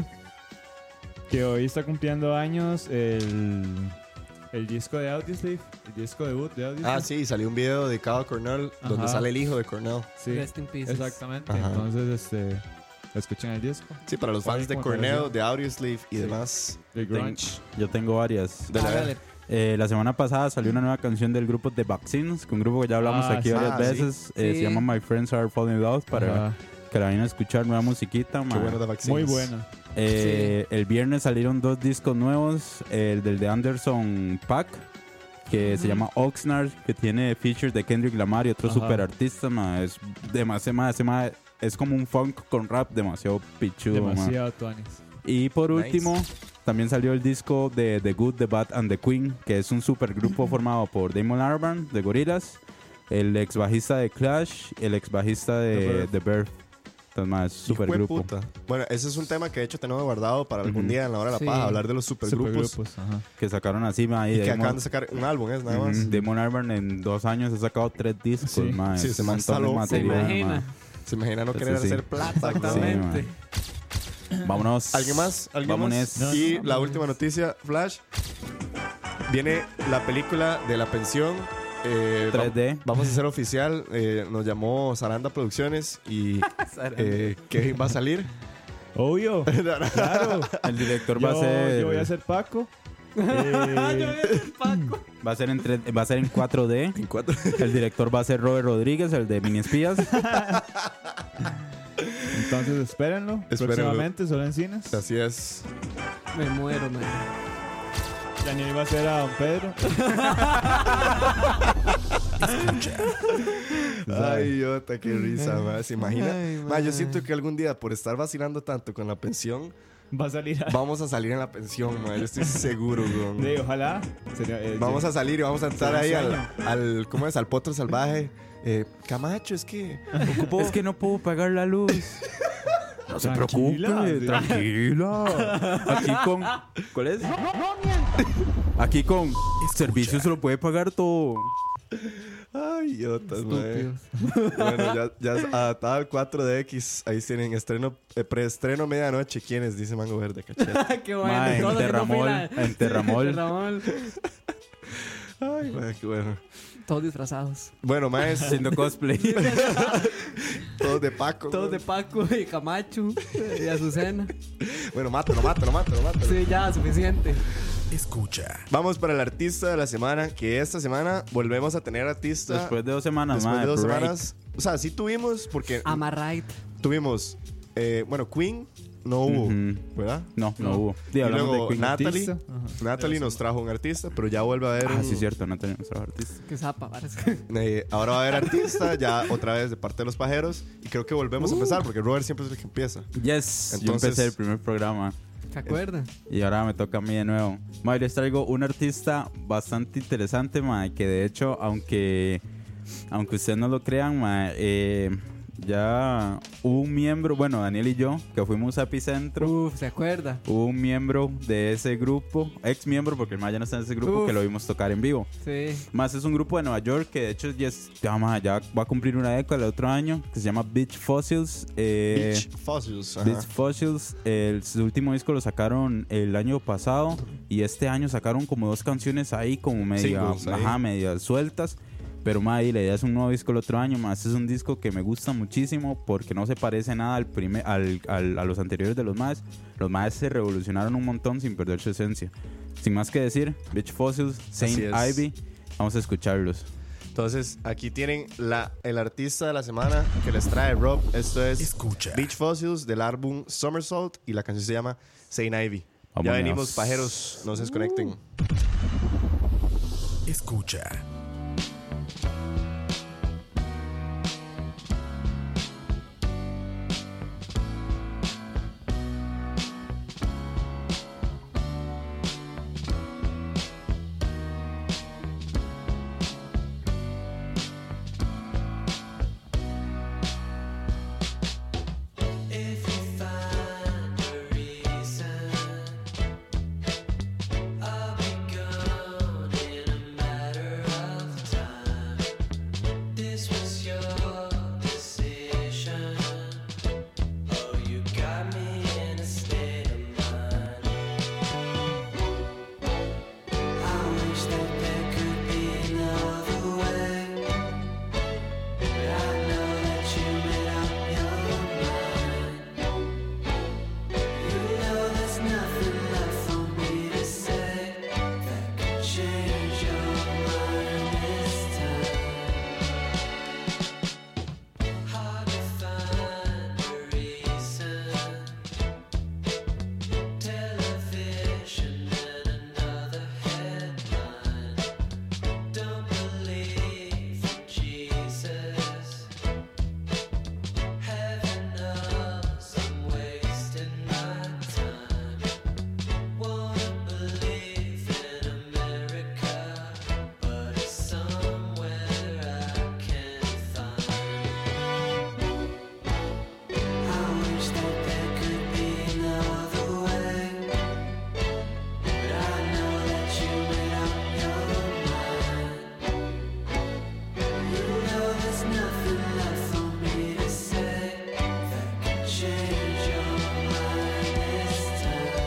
Que hoy está cumpliendo años el, el disco de Audioslave. El disco debut de Audioslave. Ah, sí, salió un video dedicado a Cornell donde Ajá. sale el hijo de Cornell. Sí, Rest in peace. exactamente. Ajá. Entonces, este, escuchen el disco. Sí, para los Oye, fans de como Cornell, relación. de Audioslave y Sí. demás. De Ten- grunge. Yo tengo varias. Dele, a ver. Hágale. Eh, la semana pasada salió una nueva canción del grupo The Vaccines, que un grupo que ya hablamos Ah, aquí sí. varias Ah, sí. veces. Eh, Sí. Se llama My Friends Are Falling in Love, para Ajá. que la vayan a escuchar, nueva musiquita. Qué ma. bueno de Vaccines. Muy buena. Eh, El viernes salieron dos discos nuevos, el del de Anderson Paak, que se llama Oxnard, que tiene features de Kendrick Lamar y otros Ajá. super artistas. Ma. Es demasiado, es como un funk con rap demasiado pichudo. ma. Demasiado tuanis. Y por Nice. último, también salió el disco de The Good, The Bad and The Queen, que es un supergrupo formado por Damon Albarn de Gorillaz, el ex bajista de Clash, el ex bajista The de Verve. The Verve. Entonces, más Hijo de supergrupo. puta. Bueno, ese es un tema que de hecho tenemos guardado para algún Ujú. día en la hora de la Sí. paja, hablar de los supergrupos. Supergrupos. Ajá. Que sacaron así, ma, y Y que Damon, acaban de sacar un álbum, ¿es? Nada más. Ujú, Damon Albarn en dos años ha sacado tres discos, Sí. ma, Sí, es ese un man montón está de loco, Se material, imagina. ma. Se imagina no Pues querer sí. hacer plata. Exactamente. Vámonos. ¿Alguien más? ¿Alguien Vámonos. más? No, y no, la vámonos. última noticia, Flash. Viene la película de la pensión. eh, tres D. va- Vamos a hacer oficial. eh, nos llamó Saranda Producciones y eh, Kevin va a salir. Obvio. Claro. El director Yo, va a ser yo voy a ser Paco. Yo voy Eh, a ser Paco. va a ser en tres- va a ser en cuatro D. En cuatro. El director va a ser Robert Rodríguez, el de Mini Espías. entonces espérenlo. Espérenlo. Próximamente, solo en cines. Así es. Me muero, man. Daniel va a ser a Don Pedro. Ay, idiota, qué risa, ma. ¿Se imagina? Ay, Ma, yo ma. siento que algún día, por estar vacilando tanto con la pensión, Va a salir a... vamos a salir en la pensión, ma. Yo estoy seguro, weón. Sí, ojalá. Sería, eh, Vamos sí. a salir y vamos a entrar Sería ahí un al, sueño. al, ¿cómo es? Al potro salvaje. Eh, Camacho, es que ocupo... Es que no puedo pagar la luz. No se Tranquila, preocupe, sí. tranquila. Aquí con. ¿Cuál es? Aquí con servicio se lo puede pagar todo. Ay, idiotas, ma. Estúpidos. Bueno, ya, ya es adaptado al cuatro D X. Ahí tienen estreno, eh, preestreno medianoche. ¿Quiénes? Dice Mango Verde, cachete. Qué bueno. Ma, en todos haciendo Terramol, fila. en Terramol. Terramol. Ay, ma, qué bueno. Todos disfrazados. Bueno, más Haciendo cosplay. todos de Paco. Todos ¿no? de Paco y Camacho y Azucena. Bueno, mátalo, mátalo, mátalo, mátalo. Sí, ya, suficiente. Escucha. Vamos para el artista de la semana, que esta semana volvemos a tener artista. Después de dos semanas, después ma, de dos break. semanas. O sea, sí tuvimos, porque Amarrite. tuvimos, eh, bueno, Queen no hubo, Ujú. ¿verdad? No, no, No. hubo. Sí, Y hablamos luego de Queen. Natalie, Artista. Ajá. Natalie nos trajo un artista, pero ya vuelve a haber Ah, un- sí, cierto, no tenemos otro artista. Que zapa, parece. eh, ahora va a haber artista, ya otra vez de parte de los pajeros. Y creo que volvemos a empezar, porque Robert siempre es el que empieza. Yes, yo Entonces- empecé el primer programa. ¿Se acuerdan? Y ahora me toca a mí de nuevo. Ma, les traigo un artista bastante interesante, ma, que de hecho, aunque, aunque ustedes no lo crean, ma, eh, ya hubo un miembro, bueno, Daniel y yo, que fuimos a Epicentro. Uf, ¿se acuerda? Hubo un miembro de ese grupo, ex miembro, porque el más ya no está en ese grupo, Uf. que lo vimos tocar en vivo. Sí. Más es un grupo de Nueva York que de hecho ya, es- ya, ma, ya va a cumplir una década el otro año, que se llama Beach Fossils. eh, Beach Fossils. ajá. Beach Fossils, el, su último disco lo sacaron el año pasado y este año sacaron como dos canciones ahí como media, Singles ahí. ajá, media sueltas. Pero ma, y la idea es un nuevo disco el otro año. Más es un disco que me gusta muchísimo porque no se parece nada al primer, al, al- a los anteriores de los más. Los más se revolucionaron un montón sin perder su esencia. Sin más que decir, Beach Fossils, Saint es. Ivy, vamos a escucharlos. Entonces, aquí tienen la, el artista de la semana que les trae Rob. Esto es Escucha. Beach Fossils del álbum Somersault y la canción se llama Saint Ivy. Ya Vámonos. venimos, pajeros, no se desconecten. Escucha. If you find a reason, I'll be gone in a matter of time. This was your decision. Oh, you got me in a state of mind. I wish that there could be another way, but I know that you made up your mind. You know there's nothing left for me to say that could change your mind this time. Hard to find a reason. Television and another headline. Don't believe in Jesus. Heaven knows I'm wasting my time. Wanna believe in America, but it's somewhere I can't find. I wish that there could be another way, but I know that you made up your mind. You know there's nothing left for me to say that could change your mind this time.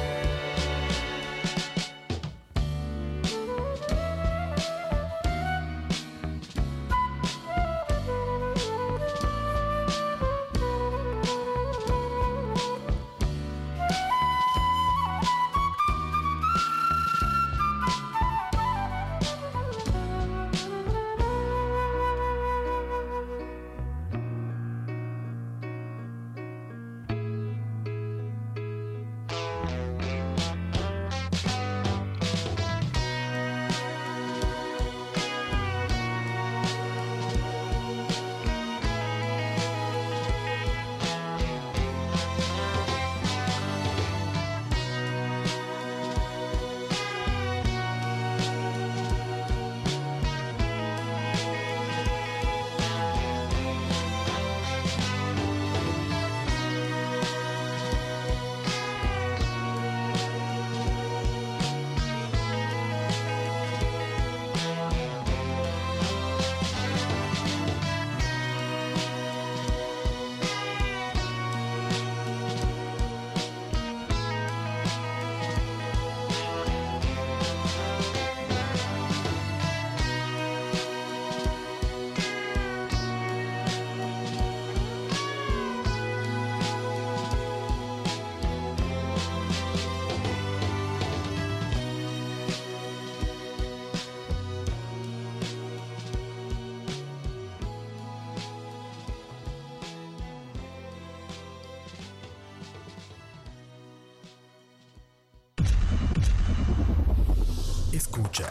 Escucha.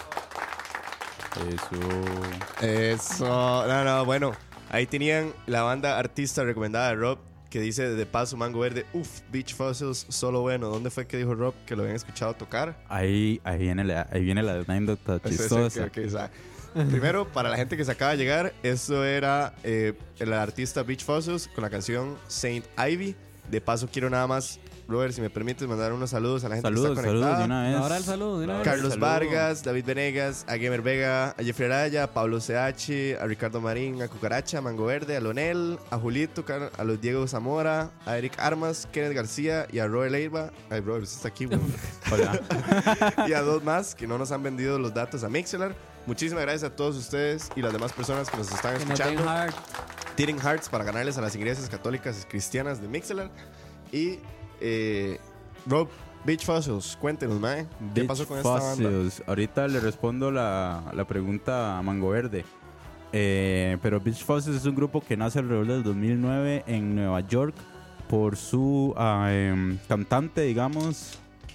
Eso. Eso, no, no, bueno, ahí tenían la banda artista recomendada de Rob que dice de paso Mango Verde, uff, Beach Fossils, solo bueno. ¿Dónde fue que dijo Rob que lo habían escuchado tocar? Ahí, ahí, viene la, ahí viene la anécdota Sí, sí, chistosa. ok, ok, o sea, Primero, para la gente que se acaba de llegar, eso era eh, el artista Beach Fossils con la canción Saint Ivy. De paso, quiero nada más, Robert, si me permites, mandar unos saludos a la gente Saludos, que está saludos conectada. de una vez. Ahora el saludo, de una vez. Carlos Saludo. Vargas, David Venegas, a Gamer Vega, a Jeffrey Araya, a Pablo C H, a Ricardo Marín, a Cucaracha, a Mango Verde, a Lonel, a Julito, Car- a los Diego Zamora, a Eric Armas, Kenneth García y a Robert Leiva. Ay, Robert, usted está aquí, güey. Hola. Y a dos más que no nos han vendido los datos a Mixelar. Muchísimas gracias a todos ustedes y las demás personas que nos están Que nos den escuchando. hard. Tienen Hearts para ganarles a las iglesias católicas y cristianas de Mixelar. Y eh, Rob, Beach Fossils, cuéntenos, mae, ¿qué Beach pasó con esta banda? Fossils. Ahorita le respondo la, la pregunta a Mango Verde. Eh, pero Beach Fossils es un grupo que nace alrededor del dos mil nueve en Nueva York por su ah, em, cantante, digamos.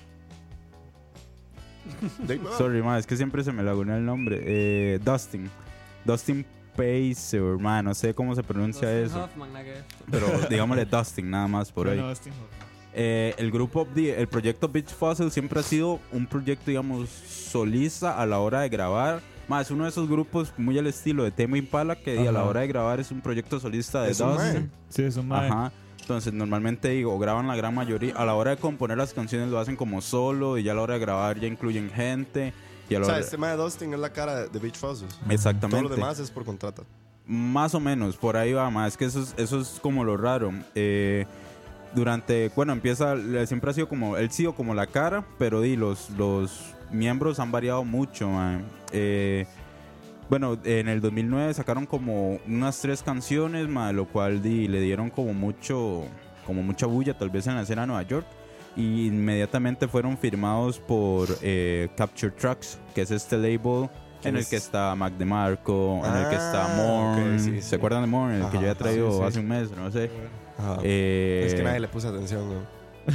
Dave- Sorry, ma, es que siempre se me laguna el nombre. Eh, Dustin. Dustin Pacer, ma, no sé cómo se pronuncia Dustin eso. Hoffman, la que- Pero digámosle Dustin, nada más por ahí. Bueno, Austin Hoffman. Eh, el grupo, di- el proyecto Beach Fossil siempre ha sido un proyecto, digamos, solista a la hora de grabar. Más uno de esos grupos muy al estilo de Tame Impala que di, a la Ajá. hora de grabar es un proyecto solista de Es un mae. Dustin. Sí, es un mae. Ajá. Entonces normalmente digo, graban la gran mayoría. A la hora de componer las canciones lo hacen como solo y ya a la hora de grabar ya incluyen gente. Y a la O sea, hora- este mae de Dustin es la cara de Beach Fossils. Exactamente. Todo lo demás es por contrato. Más o menos, por ahí va más. Es que eso es, eso es como lo raro. Eh, durante, bueno, empieza, le- siempre ha sido como, él ha sido como la cara, pero di, los, los miembros han variado mucho, man. Eh, bueno, en el dos mil nueve sacaron como unas tres canciones, man, lo cual di, le dieron como mucho, como mucha bulla tal vez en la escena de Nueva York. Y inmediatamente fueron firmados por eh, Capture Tracks, que es este label en el es? que está Mac DeMarco, en el que está Ah, Morn. ok, sí, sí. ¿Se acuerdan de Morn? El que Ajá, yo he traído sí, sí. hace un mes, no sé. Ajá. Eh, es que nadie le puso atención, ¿no?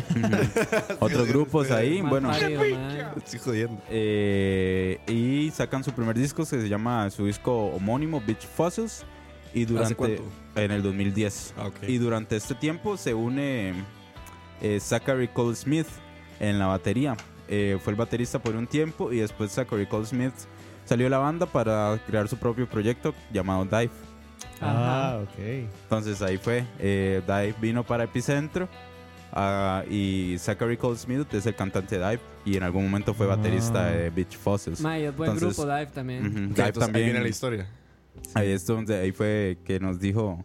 Otros grupos ahí, Mal bueno. parido, mae. Estoy jodiendo. eh, y sacan su primer disco que se llama su disco homónimo Beach Fossils. Y durante cuánto? en el dos mil diez. Ah, ok. Y durante este tiempo se une eh, Zachary Cole Smith en la batería. Eh, fue el baterista por un tiempo y después Zachary Cole Smith salió de la banda para crear su propio proyecto llamado Dive. Ah, Ajá. ok. Entonces ahí fue. Eh, Dive vino para Epicentro. ah, y Zachary Cole Smith es el cantante de Dive. Y en algún momento fue baterista Ah. de Beach Fossils. Mae, es buen Entonces, grupo, Dive también. Ujú, Ok, Dive entonces, también. Ahí viene la historia. Ahí es donde ahí fue que nos dijo.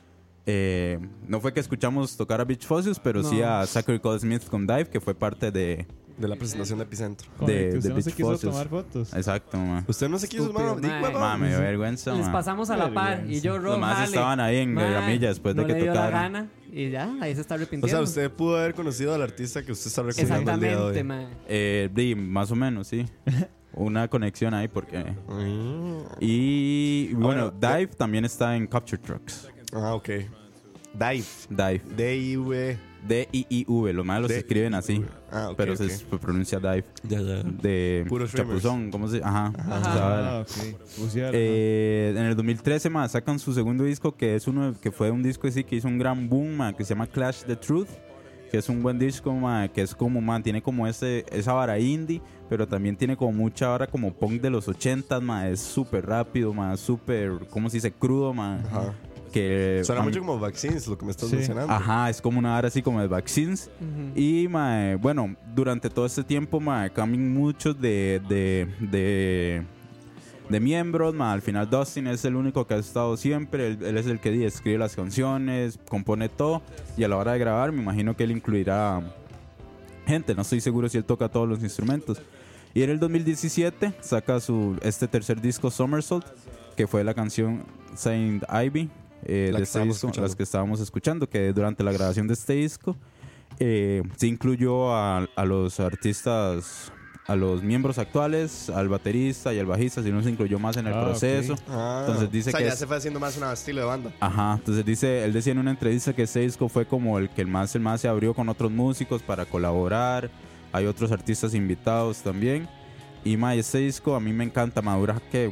eh, no fue que escuchamos tocar a Beach Fossils, pero sí No. a Zachary Cole Smith con Dive, que fue parte de. De la presentación de Epicentro. Con De- el que usted de no se Beach quiso Fossils. tomar fotos. Exacto, ma. Usted no se quiso, Estúpido, mano. Di, mae. huevón. Ma, me dio vergüenza, Les ma. pasamos a la par y yo, Vergüenza. Rob, Los más Jale. estaban ahí en Mae, Gramilla después de no que le dio la tocaron. gana y ya, ahí se está O arrepintiendo. sea, usted pudo haber conocido al artista que usted está recordando el día de hoy. Exactamente, mae. Eh, di, más o menos, sí. Una conexión ahí porque. Mm. Y bueno, Ahora, Dive también está en Capture Trucks. Ah, ok. Dive. Dive. D I V. D I I V. Los más los D I I V. escriben así. Ah, ok. pero ok. se, se pronuncia Dive. Ya, ya. De Puros streamers. Chapuzón. ¿Cómo se Ajá. Ajá. O sea, Ah, ok. Pusieron, Eh, en el dos mil trece, ma, sacan su segundo disco, que es uno que fue un disco así que hizo un gran boom, ma, que se llama Clash the Truth, que es un buen disco, ma, que es como, man, tiene como ese, esa vara indie, pero también tiene como mucha vara como punk de los ochentas, ma, es súper rápido, ma, súper, ¿cómo se dice? Crudo, ma, Ajá. que... Suena a mí- mucho como Vaccines, lo que me estás Sí. mencionando. Ajá, es como una vara así como de Vaccines. Ujú. Y, mae, bueno, durante todo este tiempo, mae, cambian muchos de, de, de, de miembros, mae. Al final Dustin es el único que ha estado siempre. Él, él es el que di- escribe las canciones, compone todo. Y a la hora de grabar, me imagino que él incluirá gente. No estoy seguro si él toca todos los instrumentos. Y en el dos mil diecisiete saca su, este tercer disco, Somersault, que fue la canción Saint Ivy. eh, La de que este estábamos disco, escuchando. las que estábamos escuchando, que durante la grabación de este disco eh, se incluyó a, a los artistas, a los miembros actuales, al baterista y al bajista, si no se incluyó más en el Ah, proceso. ok. Ah, Entonces dice o sea, que ya es- se fue haciendo más un estilo de banda. Ajá, entonces dice, él decía en una entrevista que este disco fue como el que el más, el más se abrió con otros músicos para colaborar. Hay otros artistas invitados también. Y ma, este disco a mí me encanta, madura que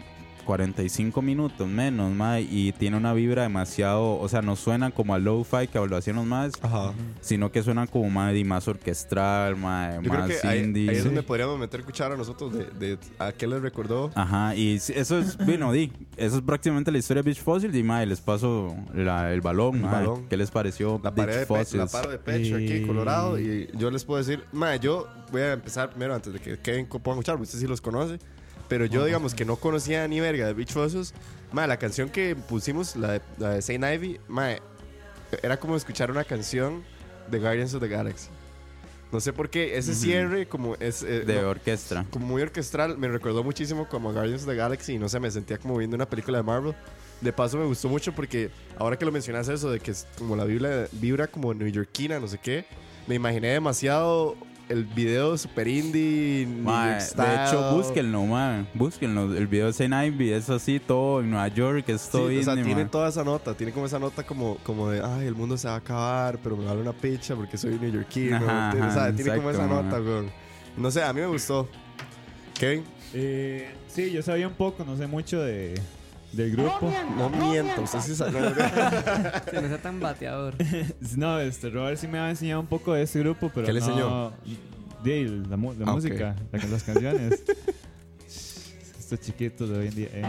cuarenta y cinco minutos menos, mae, y tiene una vibra demasiado, o sea, no suena como a lo-fi que lo hacían los más, Ajá. sino que suena como mae, y más orquestral, mae, Yo creo más que ahí, indie. ahí es Sí. donde podríamos meter cuchara nosotros de, de a qué les recordó. Ajá, y sí, eso es, bueno, di, eso es prácticamente la historia de Beach Fossil, y mae, les paso la- el balón, El mae, balón. ¿qué les pareció La Beach pared de pe- Fossils? la paro de pecho aquí, Y- Colorado. Y yo les puedo decir, ma, yo voy a empezar primero antes de que Kevin co- pueda escuchar, porque usted sí los conoce. Pero yo, digamos, que no conocía ni verga de Beach Fossils. Ma, la canción que pusimos, la de, la de Saint Ivy, ma, era como escuchar una canción de Guardians of the Galaxy. No sé por qué, ese cierre, como es. eh, De no, orquestra. como muy orquestral, me recordó muchísimo como a Guardians of the Galaxy y no sé, me sentía como viendo una película de Marvel. De paso me gustó mucho porque ahora que lo mencionas eso de que es como la vibra, vibra como neoyorquina, no sé qué, me imaginé demasiado el video super indie, New Mae, York de style. hecho, búsquenlo, mae. Búsquenlo. El video de Saint Ivy es así, todo en Nueva York, es Sí, todo o sea, indie, tiene mae. toda esa nota, tiene como esa nota como, como de, ay, el mundo se va a acabar, pero me vale una picha porque soy neoyorquino. Ajá, Tiene- o sea, ajá, tiene como esa exacto, nota, mae. weón. No sé, a mí me gustó. Kevin, Eh, sí, yo sabía un poco, no sé mucho de, del grupo. no miento, usted sí sabe. no, no, Si no sea tan bateador. No, este, Robert sí me ha enseñado un poco de este grupo, pero ¿Qué le no- enseñó? De la, mu- la Ah, ok. música, la- las canciones. Estos chiquitos de hoy en día. eh.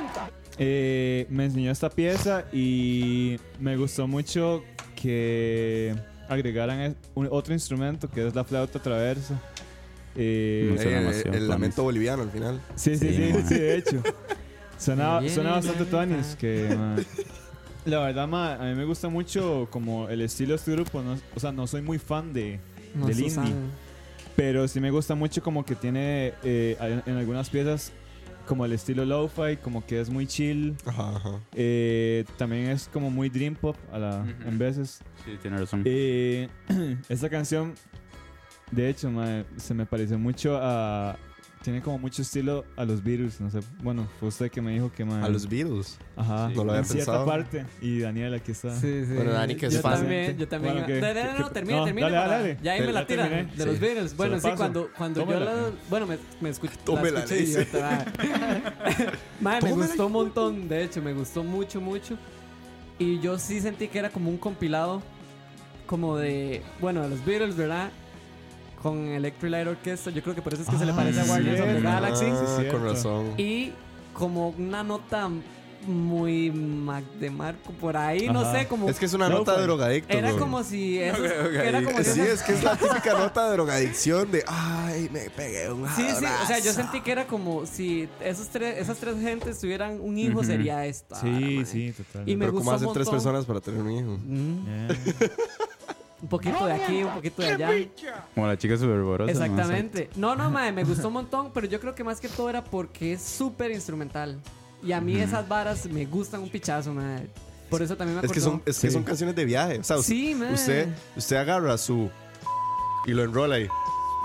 Eh, me enseñó esta pieza y me gustó mucho que agregaran es- un- otro instrumento que es la flauta traversa. Eh, Me suena Eh, demasiado el lamento boliviano al final. Sí, sí, Sí, sí, man. sí, de hecho. Suena, Viene suena la bastante mitad. tuanis, que man, la verdad, man, a mí me gusta mucho como el estilo de este grupo, no- o sea, no soy muy fan de, No, del Susan. indie, pero sí me gusta mucho como que tiene eh, en en algunas piezas como el estilo lo-fi, como que es muy chill, Ajá, ajá. eh, también es como muy dream pop a la, Ujú. en veces. Sí, tiene razón. Eh, esta canción, de hecho, man, se me pareció mucho a... Tiene como mucho estilo a los Beatles, no sé. Bueno, fue usted que me dijo que man, A los Beatles. Ajá, No lo había en cierta pensado. parte. Y Daniel aquí está. Sí, sí. Bueno, Dani, que es yo fan. también, yo también. Bueno, ¿qué? No, no, no, no, ¿Qué- termina, no, termina. dale, para- dale. Ya ahí Te- me la ya tira. terminé. De los Sí. Beatles. Se Bueno, lo sí, paso. cuando, cuando yo Tómela. la. Bueno, me, me escuché. Tómela, la escuché le dice. idiota, mae. Mae, me Tómela, gustó un montón. De hecho, me gustó mucho, mucho. Y yo sí sentí que era como un compilado. Como de. Bueno, de los Beatles, ¿verdad? Con Electric Light Orchestra. Yo creo que por eso es que se le Ah, parece a sí, Guardians of the cierto. Galaxy. Ah, Sí, cierto. con razón. Y como una nota muy Mac de Marco por ahí, no Ajá. sé, como Es que es una No, nota de fue- drogadicto. era güey. como si eso era como si Sí, esas- es que es la típica nota de drogadicción de, ay, me pegué un Sí, sí, o sea, yo abrazo". sentí que era como si esos tres, esas tres gentes tuvieran un hijo, Ujú. sería esta. Sí, vara, mae. sí, total. Y me Pero gustó ¿cómo un hacen tres montón. personas para tener un hijo? Mm, Yeah. un poquito de aquí, un poquito de allá. Como la chica superborosa. Exactamente. No, no, mae, me gustó un montón, pero yo creo que más que todo era porque es súper instrumental. Y a mí esas varas me gustan un pichazo, mae. Por eso también me Es que acordó. son, es que Sí. son canciones de viaje. O sea, Sí, man. usted, usted agarra su y lo enrola ahí.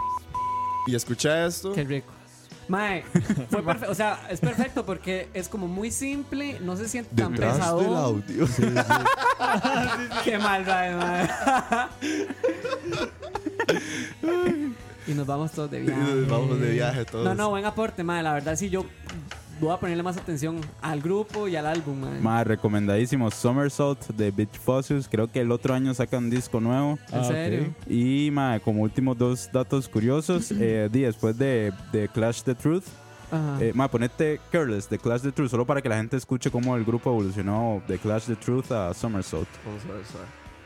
Y escucha esto. Qué rico. Mae, fue perfecto. O sea, es perfecto porque es como muy simple, no se siente tan Detrás pesado. del audio. Qué mal, mae, mae. Y nos vamos todos de viaje. Nos vamos de viaje todos. No, no, buen aporte, mae. La verdad, sí, yo voy a ponerle más atención al grupo y al álbum, mae. Más recomendadísimo Somersault de Beach Fossils. Creo que el otro año saca un disco nuevo. ¿En Ah, ok. serio? Y ma, como últimos dos datos curiosos, eh, di, después de, de Clash the Truth, Ajá. eh, ma, ponete Careless de Clash the Truth, solo para que la gente escuche cómo el grupo evolucionó de Clash the Truth a Somersault. Vamos a ver, suave.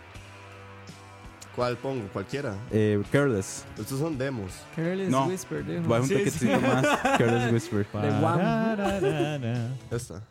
¿Cuál pongo? Cualquiera. Eh, Careless. Estos son demos. Careless no. Whisper, dijo. Baja un Sí, toquecito más. Careless Whisper. De Wham. Pararara. Esta.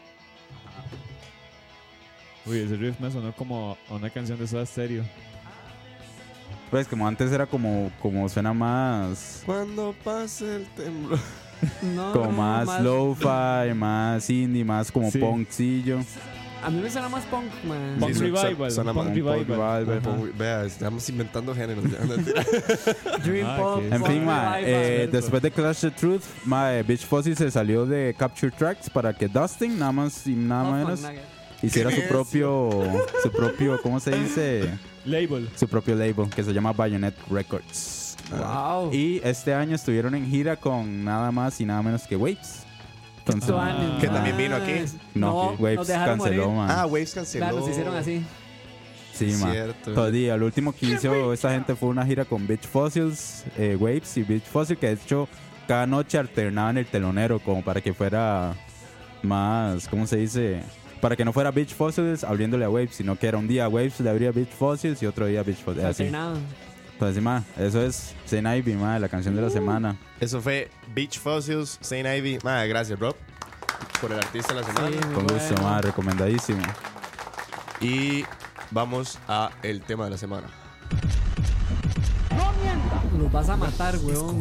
Uy, ese riff me sonó como a una canción de Soda Stereo. Pues como antes era como, como suena más... Cuando pase el temblor. No, Como no, más lo-fi, más indie, más como Sí. punkcillo. A mí me suena más punk, man. Punk Sí, Revival. suena Punk más Revival. Revival. Ajá. Vea, estamos inventando géneros. ya, no mentira. Dream Ah, Pop. ok. En Punk fin, ma, Revival. eh, cierto. después de Clash the Truth, ma, eh, Beach Fuzzy se salió de Capture Tracks para que Dustin, nada más y nada Pop menos, Punk Nugget. hiciera su ¿Qué propio, su propio, ¿cómo se dice? Label. Su propio label que se llama Bayonet Records. Wow. Y este año estuvieron en gira con nada más y nada menos que Waves. Entonces, Tuanis, Que mae. también vino aquí. no, Waves nos dejaron canceló, morir. man. Ah, Waves canceló. Claro, nos hicieron así. Sí, man. Cierto. Todavía, lo último que hizo esta gente fue una gira con Beach Fossils, eh, Waves y Beach Fossil, que de hecho cada noche alternaban el telonero como para que fuera más, ¿cómo se dice? Para que no fuera Beach Fossils abriéndole a Waves, sino que era un día Waves le abría Beach Fossils y otro día Beach Fossils. Así. Alternado. Entonces, ma, eso es Saint Ivy, ma, la canción de la semana. Eso fue Beach Fossils, Saint Ivy. Ma, gracias, Rob, por el artista de la semana. Sí, muy Con gusto, bueno. ma, recomendadísimo. Y vamos a el tema de la semana. Los vas a matar, weón.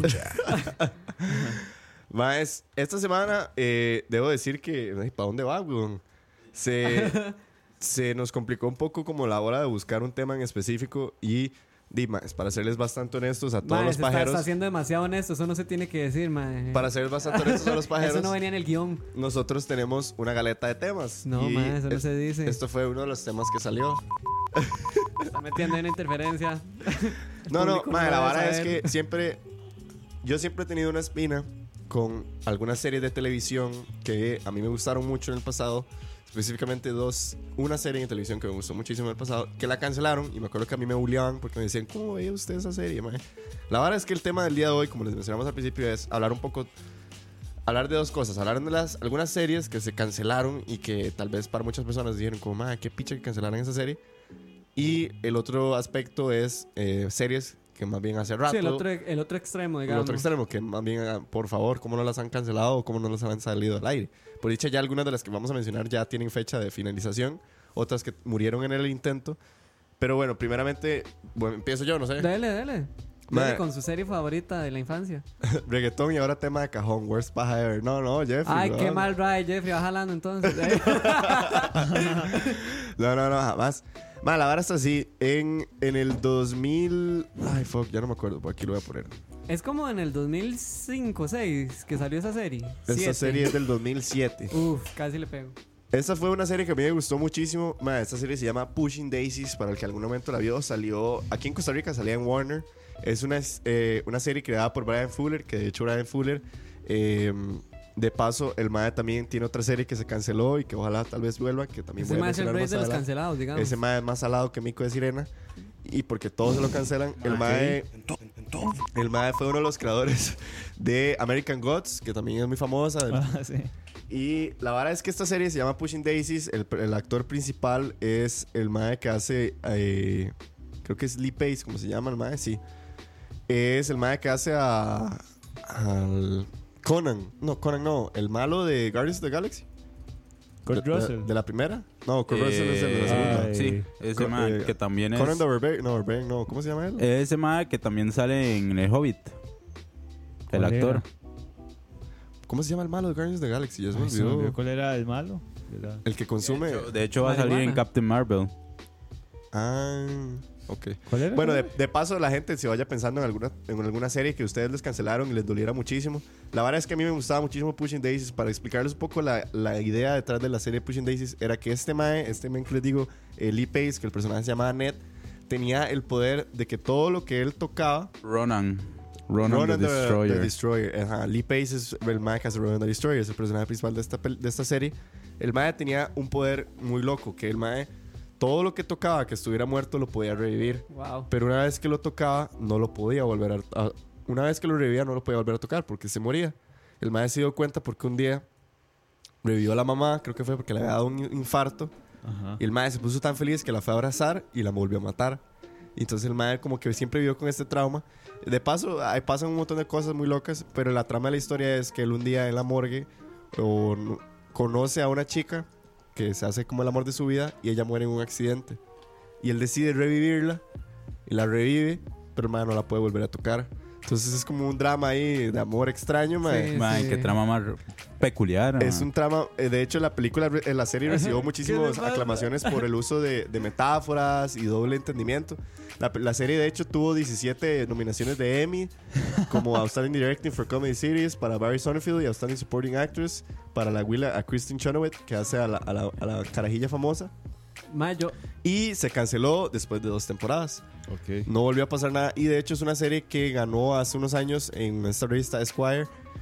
Más, esta semana eh, debo decir que, ¿para dónde va, weón? Se, se nos complicó un poco como la hora de buscar un tema en específico y, di, más, para serles bastante honestos a todos Mae, los se está, pajeros, está siendo demasiado honesto. Eso no se tiene que decir, mae. para serles bastante honestos a los pajeros, Eso no venía en el guión. nosotros tenemos una galeta de temas. No, y mae, eso no es- se dice. Esto fue uno de los temas que salió. Está metiendo en una interferencia. No, no, público mae, no la debe vara es saber. que siempre, yo siempre he tenido una espina con algunas series de televisión que a mí me gustaron mucho en el pasado, específicamente dos, una serie en televisión que me gustó muchísimo en el pasado, que la cancelaron y me acuerdo que a mí me bulleaban porque me decían, ¿cómo veía usted esa serie, mae? La vara es que el tema del día de hoy, como les mencionamos al principio, es hablar un poco, hablar de dos cosas, hablar de las, algunas series que se cancelaron y que tal vez para muchas personas dijeron como, mae, qué picha que cancelaran esa serie. Y el otro aspecto es eh, series que más bien hace rato. Sí, el otro, el otro extremo, el digamos. otro extremo, que más bien, ah, por favor, cómo no las han cancelado o cómo no las han salido al aire. Por dicha, ya algunas de las que vamos a mencionar ya tienen fecha de finalización, otras que murieron en el intento. Pero bueno, primeramente, bueno, empiezo yo, no sé. Dele, dele. Mae. Dele con su serie favorita de la infancia. Reggaetón y ahora tema de cajón, worst paja ever. No, no, Jeffrey. Ay, no. qué mal ride, Jeffrey. Va jalando entonces. No, no, no, jamás. Ma, la vara está así. En, en el dos mil... Ay, fuck, ya no me acuerdo. Por aquí lo voy a poner. Es como en el dos mil cinco o seis que salió esa serie. Esta Siete. serie es del dos mil siete. Uf, casi le pego. Esta fue una serie que a mí me gustó muchísimo. Ma, esta serie se llama Pushing Daisies. Para el que algún momento la vio, salió aquí en Costa Rica, salía en Warner. Es una, eh, una serie creada por Brian Fuller, que de hecho Brian Fuller, eh, de paso, el mae también tiene otra serie que se canceló y que ojalá tal vez vuelva, que también Ese voy a más es el mencionar rey más de los adelante. cancelados, digamos. Ese mae es más salado que Mico de Sirena. Y porque todos se lo cancelan, el Ok. mae, el mae fue uno de los creadores de American Gods, que también es muy famosa. Ah, sí. Y la verdad es que esta serie se llama Pushing Daisies. El, el actor principal es el mae que hace, eh, creo que es Lee Pace, como se llama el mae, sí. Es el mae que hace a al Conan. No, Conan no, el malo de Guardians of the Galaxy. Kurt de, de- Russell. de la primera. No, Kurt Russell es el de la segunda. Ay. Sí, ese Co- man eh, que también es... Conan the Barbarian, no, Barbarian, no, ¿cómo se llama él? Ese man que también sale en El Hobbit. El ¿Cuál actor. era? ¿Cómo se llama el malo de Guardians of the Galaxy? Ya se me Ay, se me olvidó. olvidó ¿Cuál era el malo? Era- El que consume. De hecho, va a salir Marihuana. en Captain Marvel. Ah, ok. ¿Cuál era? Bueno, de, de paso, la gente se vaya pensando en alguna, en alguna serie que ustedes les cancelaron y les doliera muchísimo. La verdad es que a mí me gustaba muchísimo Pushing Daisies. Para explicarles un poco la, la idea detrás de la serie Pushing Daisies, era que este mae, este man que les digo, eh, Lee Pace, que el personaje se llamaba Ned, tenía el poder de que todo lo que él tocaba. Ronan. Ronan, Ronan the, Destroyer. the Destroyer. Ajá. Lee Pace es el mae que hace Ronan the Destroyer, es el personaje principal de esta, pel- de esta serie. El mae tenía un poder muy loco, que el mae, todo lo que tocaba que estuviera muerto lo podía revivir. Wow. Pero una vez que lo tocaba, no lo podía volver a, a- Una vez que lo revivía, no lo podía volver a tocar porque se moría. El mae se dio cuenta porque un día revivió a la mamá, creo que fue porque le había dado un infarto. Ajá. Y el mae se puso tan feliz que la fue a abrazar y la volvió a matar. Y entonces el mae como que siempre vivió con este trauma. De paso, ahí pasan un montón de cosas muy locas, pero la trama de la historia es que él un día en la morgue o, no- conoce a una chica que se hace como el amor de su vida y ella muere en un accidente. Y él decide revivirla y la revive, pero el mae no la puede volver a tocar. Entonces es como un drama ahí de amor extraño, mae. Sí. Man, qué trama más peculiar. Es man. un trama, eh, de hecho la película, eh, la serie recibió muchísimas ¿Qué le pasa? aclamaciones por el uso de, de metáforas y doble entendimiento. La, la serie de hecho tuvo diecisiete nominaciones de Emmy, como Outstanding Directing for Comedy Series para Barry Sonnenfeld y Outstanding Supporting Actress para la Willa, a Kristen Chenoweth, que hace a la, a la- a la carajilla famosa. Ma, yo, Y se canceló después de dos temporadas. Ok. No volvió a pasar nada. Y de hecho es una serie que ganó hace unos años en esta revista Esquire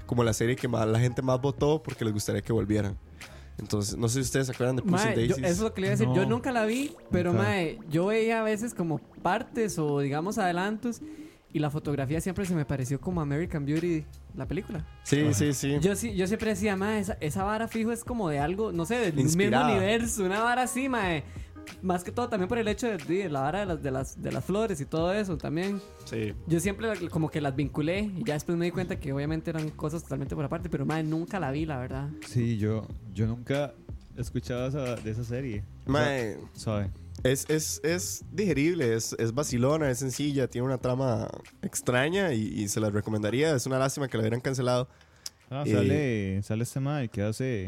como la serie que más, la gente más votó porque les gustaría que volvieran. Entonces, no sé si ustedes se acuerdan de Pushing Mae, yo- Daisies. eso es lo que le iba a decir. No. Yo nunca la vi, pero Nunca. mae, yo veía a veces como partes o digamos adelantos y la fotografía siempre se me pareció como American Beauty, la película. Sí, sí, sí. Yo sí, yo siempre decía, mae, esa, esa vara fijo es como de algo, no sé, del mismo Inspirada. universo, una vara así, mae. Más que todo también por el hecho de, de la vara de las, de las de las flores y todo eso también. Sí. Yo siempre la- como que las vinculé y ya después me di cuenta que obviamente eran cosas totalmente por aparte, pero mae, nunca la vi, la verdad. Sí, yo, yo nunca he escuchado esa, de esa serie. O sea, Mae, suave. es, es, es digerible, es, es vacilona, es sencilla, tiene una trama extraña y, y se la recomendaría. Es una lástima que la hubieran cancelado. Ah, Eh, sale, sale este man, el que hace.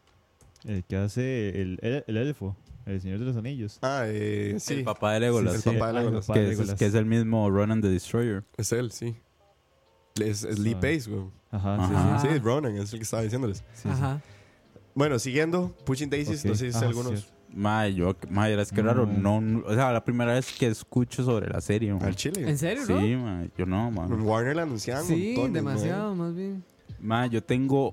El que hace el, el, el elfo, el Señor de los Anillos. Ah, eh, sí. El papá de Legolas. el sí. papá de Ah, el Legolas. papá de que, es, Legolas. que es el mismo Ronan the Destroyer. Es él, sí. Es, es Lee Suave. Pace, güey. Ajá, Ajá. Sí, es Ronan, es el que estaba diciéndoles. sí, sí. Ajá. Bueno, siguiendo, Pushing Daisies, Ok. no sé si Ah, algunos cierto. Mae, yo, mae, es que raro. Mm. No, no- o sea, la primera vez que escucho sobre la serie. mae. al Chile. ¿En serio, Sí, no? mae, yo no, man. En Warner la anunciaban Sí, montones, demasiado, más bien. Ma, yo tengo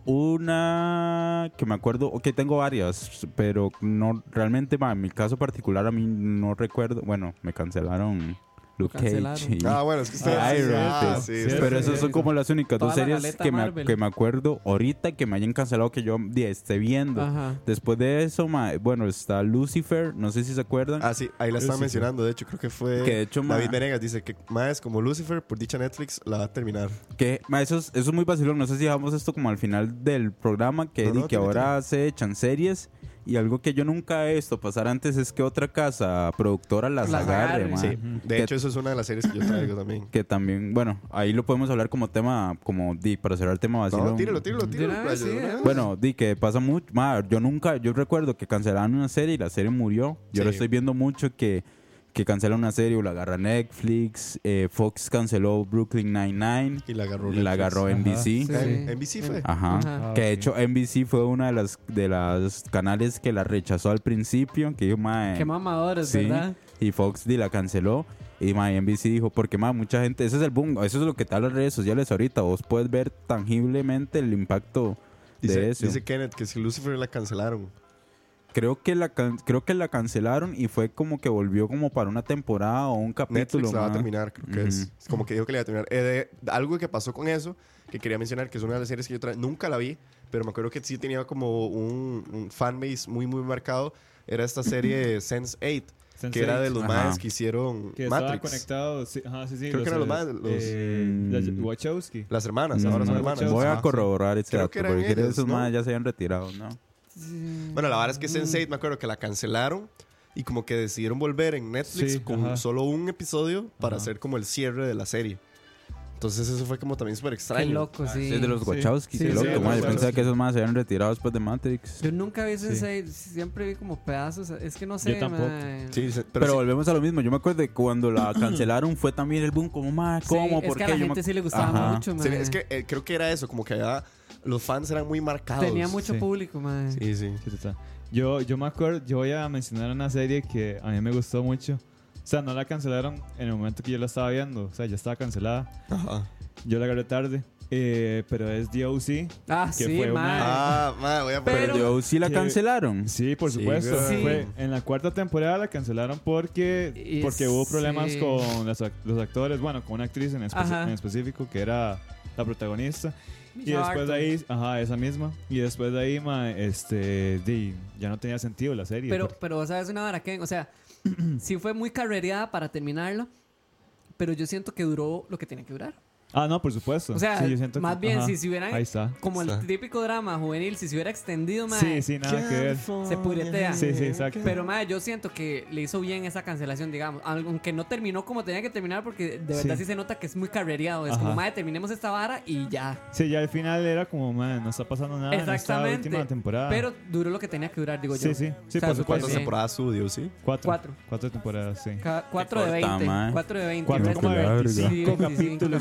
una que me acuerdo, ok, tengo varias, pero no realmente, ma, en mi caso particular a mí no recuerdo, bueno, me cancelaron Luke cancelaron. Cage y, mae. Ah, bueno, es que y ustedes... Iron ah, Fist. sí, Sí, sí, Pero sí, esas sí, son sí. como las únicas Toda dos la series galeta que me, Marvel. que me acuerdo ahorita que me hayan cancelado que yo di, esté viendo. Ajá. Después de eso, ma, bueno, está Lucifer, no sé si se acuerdan. Ah, sí, ahí la estaba Lucifer. mencionando. De hecho, creo que fue Que de hecho, ma- David Venegas. Dice que más como Lucifer, por dicha Netflix, la va a terminar. Que, ma, eso, es, eso es muy vacilón. No sé si dejamos esto como al final del programa, que, No, di no, que tiene, ahora se echan series. Y algo que yo nunca he visto pasar antes es que otra casa productora las, Las agarre, agarre. ma. Sí, de Que- hecho, eso es una de las series que yo traigo también. Que también, bueno, ahí lo podemos hablar como tema, como di, para cerrar el tema vacilón. No, tíralo, tíralo, De tíralo. una vez, playo, sí, de una ¿eh? vez. Bueno, di que pasa mucho. Ma, yo nunca, yo recuerdo que cancelaron una serie y la serie murió. Yo Sí. lo estoy viendo mucho que, que cancelan una serie o la agarra Netflix. eh, Fox canceló Brooklyn Nine-Nine. Y la agarró La agarró Ajá. N B C. Sí. En- N B C fue. Ajá. Ajá. Ah, Que de ok. hecho N B C fue una de las de las canales que la rechazó al principio. Que dijo, mae. Qué mamadores, sí. ¿verdad? Y Fox di la canceló. Y mae, N B C dijo, porque mae, mucha gente, ese es el boom, eso es lo que tal las redes sociales ahorita. Vos puedes ver tangiblemente el impacto de Dice, eso. dice Kenneth que si Lucifer la cancelaron. Creo que la can- creo que la cancelaron y fue como que volvió como para una temporada o un capítulo. Netflix la va a mae. terminar, creo que es. Ujú. Es como que dijo que la iba a terminar. Eh, de- algo que pasó con eso, que quería mencionar, que es una de las series que yo tra- nunca la vi, pero me acuerdo que sí tenía como un, un fanbase muy, muy marcado. Era esta serie Sense eight, Sense que era de eight. los Ajá. más que hicieron Que estaban Matrix. conectados. Sí, ajá, sí, sí. Creo que eran los más- los- eh, Mm. las Wachowski. Las hermanas, Mm, ahora son no, hermanas. Voy a Ajá. corroborar ese Creo dato que eran porque ellos, esos ¿no? más ya se habían retirado, ¿no? Bueno, la verdad es que Sense eight me acuerdo que la cancelaron y como que decidieron volver en Netflix Sí, con ajá. solo un episodio para Ajá. hacer como el cierre de la serie. Entonces eso fue como también súper Qué extraño. loco, sí. Sí, es de los Sí. Wachowski, Sí, qué sí, loco, de los mae. Yo pensaba Wachowski. que esos más se habían retirado después de Matrix. Yo nunca vi Sí. Sense eight, siempre vi como pedazos. Es que no sé, Yo tampoco. mae. Sí, se- Pero, pero, sí- volvemos a lo mismo. Yo me acuerdo de cuando la cancelaron fue también el boom. ¿Cómo, más? Sí, ¿Cómo? es ¿Por que a qué? la Yo me- gente sí le gustaba Ajá. mucho, sí, mae. es que eh, creo que era eso, como que allá los fans eran muy marcados. Tenía mucho Sí. público, mae. Sí, sí. Sí, sí, sí. Yo, yo me acuerdo, yo voy a mencionar una serie que a mí me gustó mucho. O sea, no la cancelaron en el momento que yo la estaba viendo. O sea, ya estaba cancelada. Ajá. Yo la agarré tarde. Eh, pero es D O C. Ah, Que sí, fue una- mae. Ah, ma, voy a poner... Pero- Yo sí la que- cancelaron. Sí, por Sí, supuesto. güey. Sí. Fue en la cuarta temporada la cancelaron porque, Y porque hubo problemas sí. con las ac- los actores. Bueno, con una actriz en, espe- Ajá. en específico que era la protagonista. Y Misha después de Barton. ahí, ajá, esa misma. Y después de ahí, ma, este, di, ya no tenía sentido la serie. Pero, porque- pero, ¿sabes una vara, Ken? O sea, sí fue muy carrereada para terminarla, pero yo siento que duró lo que tenía que durar. Ah, no, por supuesto. O sea, Sí, yo siento más que- bien, ajá, si se hubieran... Ahí está. Como el Está. típico drama juvenil, si se hubiera extendido, mae, Sí, sí, nada que ver. se puretea. Sí, sí, exacto. Pero, mae, yo siento que le hizo bien esa cancelación, digamos. Aunque no terminó como tenía que terminar, porque de verdad sí, Sí. se nota que es muy carrereado. Es Ajá. como, mae, terminemos esta vara y ya. Sí, ya al final era como, man, no está pasando nada en esta Exactamente. última temporada. Pero duró lo que tenía que durar, digo yo. Sí, sí, sí, O sea, por súper supuesto. ¿Cuántas bien. temporadas subió, sí? Cuatro. Cuatro. Cuatro temporadas, sí. Ca- Cuatro de corta, veinte. mae. Cuatro de veinte. Cuatro Resto- como de larga. veinticinco Sí, veinticinco capítulos, una capítulos. hora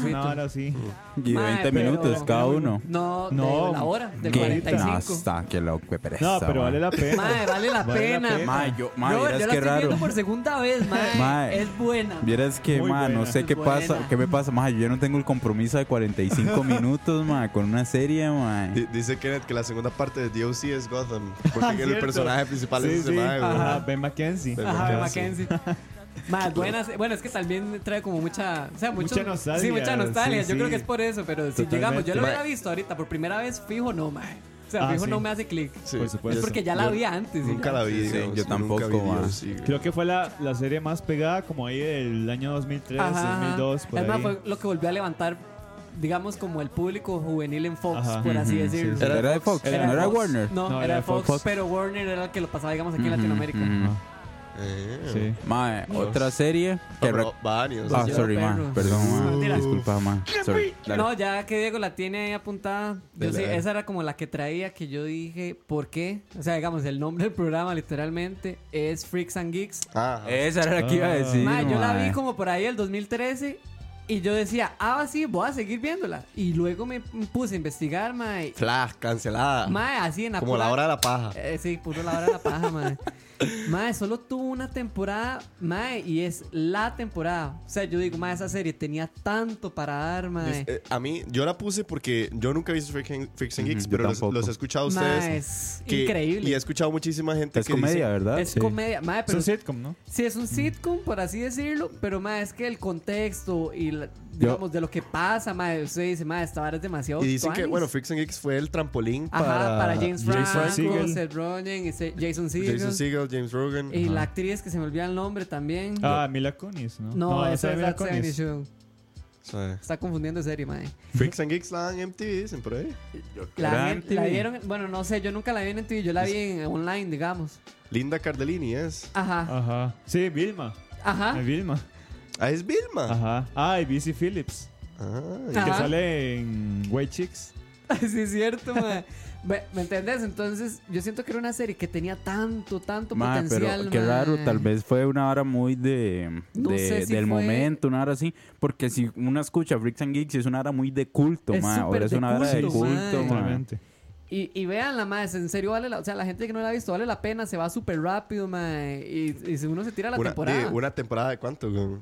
vara así. Y Mae, veinte pero- minutos cada uno. No, No, de la hora, del ¿Qué? cuarenta y No, cinco. está, qué loco, qué pereza. No, pero mae. vale la pena. Mae, vale la Vale la pena. pena. Mae, yo, mae, Robert, vieras yo la qué estoy viendo raro. por segunda vez, mae. Mae. Es buena. Vieras que, Muy mae, no buena. sé qué Es buena. pasa, qué me pasa, mae. Yo ya no tengo el compromiso de cuarenta y cinco minutos, mae, con una serie, mae. Di- Dice Kenneth que la segunda parte de D O C es Gotham. Porque Ah, el cierto. personaje principal es Sí, ese sí. mae, güey. Ajá, Ben McKenzie. Ben Ajá, Mackenzie. Mackenzie. Más buenas, bueno, es que también trae como mucha, o sea, mucho, Mucha nostalgia, Sí, mucha nostalgia. sí, Yo sí. creo que es por eso, pero si Totalmente. llegamos, yo lo hubiera Mae. visto ahorita por primera vez, fijo no, mae. O sea, Ah, fijo sí. no me hace clic. Sí, Por supuesto. Es yo- porque ya la yo vi antes. y Nunca ya. la vi, Sí, digamos, yo tampoco, nunca vi mae. D O C, güey. Creo que fue la, la serie más pegada como ahí del año dos mil tres, Ajá, dos mil dos, por es más, ahí. fue lo que volvió a levantar, digamos, como el público juvenil en Fox, Ajá. por así Ujú, decirlo. sí, sí. Era de Fox, Era no de era de Fox. Warner. No, No, era de Fox, Fox. pero Warner era el que lo pasaba, digamos, aquí en Ujú, Latinoamérica. ujú. Eh. Sí. Mae, Dos. otra serie No, que pero rec- varios. Ah, Dos sorry, ma. perros. Perdón, ma. Mentira. Disculpa, ma. Sorry. Dale. No, ya que Diego la tiene ahí apuntada, yo Dale, sí, dale. esa era como la que traía que yo dije, ¿por qué? O sea, digamos, el nombre del programa literalmente es Freaks and Geeks. Ah, Esa era la que iba a decir. Ma, yo la ma. vi como por ahí el dos mil trece y yo decía, ah, sí, voy a seguir viéndola. Y luego me puse a investigar, ma, y- flash, cancelada. ma, así en la Como la pura- hora de la paja. Eh, sí, puro la hora de la paja, ma. Ma, solo tuvo una temporada, ma, y es la temporada. O sea, yo digo, ma, esa serie tenía tanto para dar, ma. Yo- eh, a mí, yo la puse porque yo nunca he visto Freaks and, Freaks and Ujú, Geeks, yo pero los, tampoco. los he escuchado a Ma, ustedes. es que- increíble. Y he escuchado muchísima gente Es que comedia, dice, ¿verdad? Es Sí. comedia, ma, Es pero un sitcom, ¿no? sí es un sitcom, por así decirlo, pero ma, es que el contexto y la- digamos de lo que pasa, ma, usted dice, ma, esta vara es demasiado y dicen que, tuanis. bueno, Freaks and Geeks fue el trampolín Ajá, para, para, James Jason Franco, Segel. Seth Rogen y Se- Jason Segel. Jason Segel, James Rogan. Y Ajá. la actriz que se me olvida el nombre también. Ah, Mila Kunis, ¿no? no, esa es Mila That setenta Show. O sea, Está confundiendo de serie, mae. Freaks and Geeks la dan en M T V, dicen por ahí. La, Era vi- M T V. la vieron, bueno, no sé, yo nunca la vi en M T V, yo la vi en online, digamos. Linda Cardellini es. Ajá, Ajá. Sí, Vilma. ajá. Es Vilma. Ah, es Vilma. Ajá. Ah, y B C Phillips. Ah, Que Ajá. sale en White Chicks. Sí, es cierto, mae. ¿Me, me entendés? Entonces, yo siento que era una serie que tenía tanto, tanto Ma, potencial. pero qué mae. raro, tal vez fue una hora muy de, No de- sé si del fue- momento, una hora así, porque si uno escucha Freaks and Geeks es una hora muy de culto, Es ma, súper ahora es de una hora de culto, culto, ma. ma. Totalmente. Y, y veanla, mae, en serio vale la, o sea, la gente que no la ha visto vale la pena, se va súper rápido, mae, y, y si uno se tira la una, temporada. de- una temporada de cuánto, güey?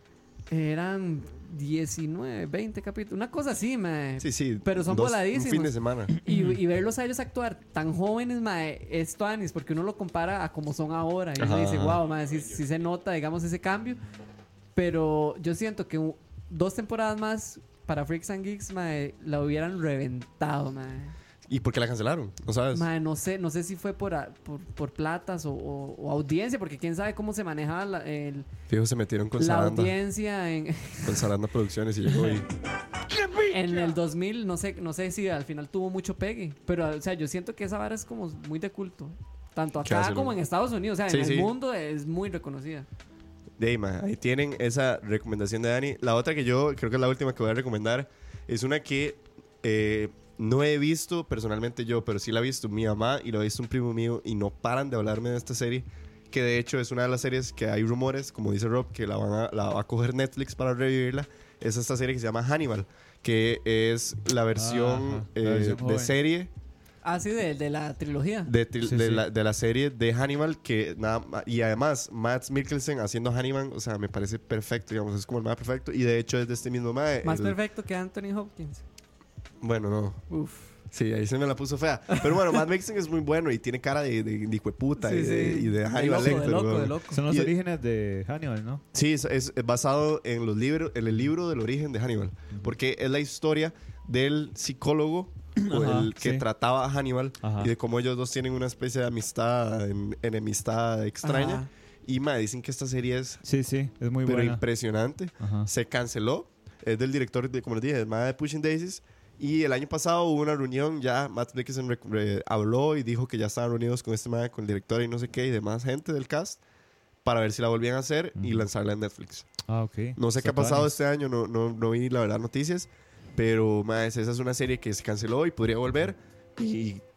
Eran diecinueve, veinte capítulos, una cosa así, mae. Sí, sí. Pero son dos- voladísimos. Un fin de semana. Y, y verlos a ellos actuar tan jóvenes, mae, es tuanis, porque uno lo compara a como son ahora. Y uno Ajá, dice, ajá. wow, mae, sí, sí se nota, digamos, ese cambio. Pero yo siento que u- dos temporadas más para Freaks and Geeks, mae, la hubieran reventado, mae. ¿Y por qué la cancelaron? ¿No sabes? Mae, no sé, no sé si fue por, a- por, por platas o, o- o audiencia, porque quién sabe cómo se manejaba la, el- Fijo, se metieron con la Saranda. audiencia en, Con Saranda Producciones y llegó y... en el dos mil. No sé, no sé si al final tuvo mucho pegue, pero o sea, yo siento que esa vara es como muy de culto. Tanto ¿Qué acá hacen? como en Estados Unidos, o sea, Sí, en sí. el mundo es muy reconocida. Deima, ahí tienen esa recomendación de Dani. La otra que yo creo que es la última que voy a recomendar es una que eh, no he visto personalmente yo, pero sí la ha visto mi mamá y lo ha visto un primo mío y no paran de hablarme de esta serie. Que de hecho es una de las series que hay rumores, como dice Rob, que la, van a, la va a coger Netflix para revivirla. Es esta serie que se llama Hannibal, que es la versión, Ajá, eh, la versión de joven. serie. Ah, sí, de, de la trilogía. De, tri- Sí, de, sí. La, de la serie de Hannibal que nada ma- y además Mads Mikkelsen haciendo Hannibal, o sea, me parece perfecto, digamos, es como el más perfecto y de hecho es de este mismo mae. Más el- perfecto que Anthony Hopkins. Bueno, no. Uf. Sí, ahí se me la puso fea. Pero bueno, Mads Mikkelsen es muy bueno y tiene cara de, de, de hijueputa Sí, y, de, sí. y de De Hannibal loco, de Lecter, loco, weón. de loco. Son los Y- orígenes de Hannibal, ¿no? Sí, es, es basado en los libros, en el libro del origen de Hannibal, porque es la historia del psicólogo o Ajá, el que sí. trataba a Hannibal Ajá. y de cómo ellos dos tienen una especie de amistad, en- enemistad extraña. Ajá. Y me dicen que esta serie es Sí, sí, es muy pero buena. impresionante. Ajá. Se canceló. Es del director, de, como les dije, del mae de Pushing Daisies. Y el año pasado hubo una reunión. Ya Matt Mikkelsen re- re- habló y dijo que ya estaban reunidos con este mae, con el director y no sé qué, y demás gente del cast, para ver si la volvían a hacer y Ujú. lanzarla en Netflix. Ah, ok. No sé qué ha Está pasado tuanis. este año, no, no, no vi la verdad noticias. Pero mae, esa es una serie que se canceló y podría volver. Y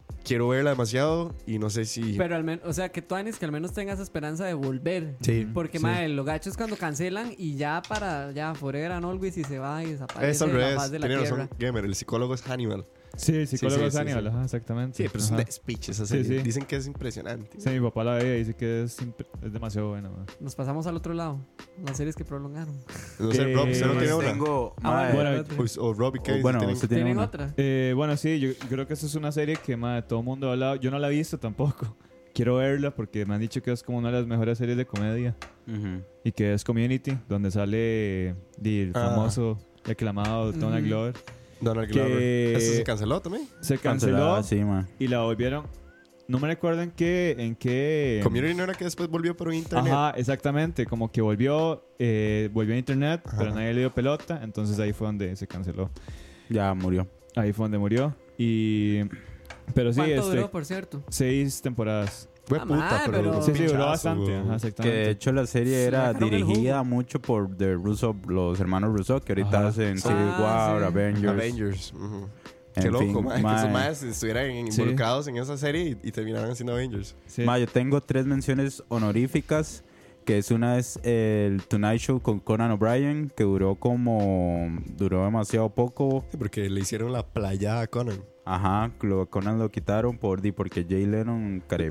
quiero verla demasiado y no sé si... Pero al menos, o sea, que tú, Anis, que al menos tengas esperanza de volver. Sí. Porque, sí. madre, los gachos cuando cancelan y ya para, ya, forever and always y se va y desaparece Es al de la revés. faz de la Tiene tierra. razón, Gamer. El psicólogo es Hannibal. Sí, el psicólogo sí, es sí, Hannibal, sí. ajá, exactamente. Sí, pero es un Ajá. speech esa Sí, serie. sí. Dicen que es impresionante. Sí, mi papá la ve y dice que es, imp- es demasiado buena, man. Nos pasamos al otro lado. Las series que prolongaron. No sé, Eh, Rob, ¿usted no pues tiene una? Tengo, Ah, mae, bueno, bueno, otra. Pues, o Robbie K. o bueno, tienen- usted tiene ¿Tienen una. otra? Eh, bueno, sí, yo, yo creo que esa es una serie que madre, todo el mundo ha hablado. Yo no la he visto tampoco. Quiero verla porque me han dicho que es como una de las mejores series de comedia. Ujú. Y que es Community, donde sale di, el Ah. famoso y aclamado Donald Ujú. Glover. Donald que- Glover. ¿Eso se canceló también? Se Cancelada, canceló sí, mae. y la volvieron. No me recuerdo en qué. En qué Community no era que después volvió por internet. Ajá, exactamente. Como que volvió, eh, volvió a internet, Ajá. pero nadie le dio pelota. Entonces ahí fue donde se canceló. Ya murió. Ahí fue donde murió. Y. Pero sí, ¿Cuánto este, duró, por cierto? seis temporadas. Fue Ah, puta, mae, pero... pero- Sí, sí, duró pinchazo, bastante. güey. Ajá, Que de exactamente. hecho la serie Sí, era sacaron el dirigida jugo. mucho por The Russo, los hermanos Russo, que ahorita Ajá. hacen Ah, Civil War, sí. Avengers. Avengers. ujú. En Qué loco, fin, mae, que mae. esos maes estuvieran Sí. involucrados en esa serie y, y terminaran haciendo Avengers. Sí. Ma, yo tengo tres menciones honoríficas, que es una es el Tonight Show con Conan O'Brien, que duró como duró demasiado poco. Sí, porque le hicieron la playa a Conan. Ajá, lo, Conan lo quitaron por di porque Jay Lennon care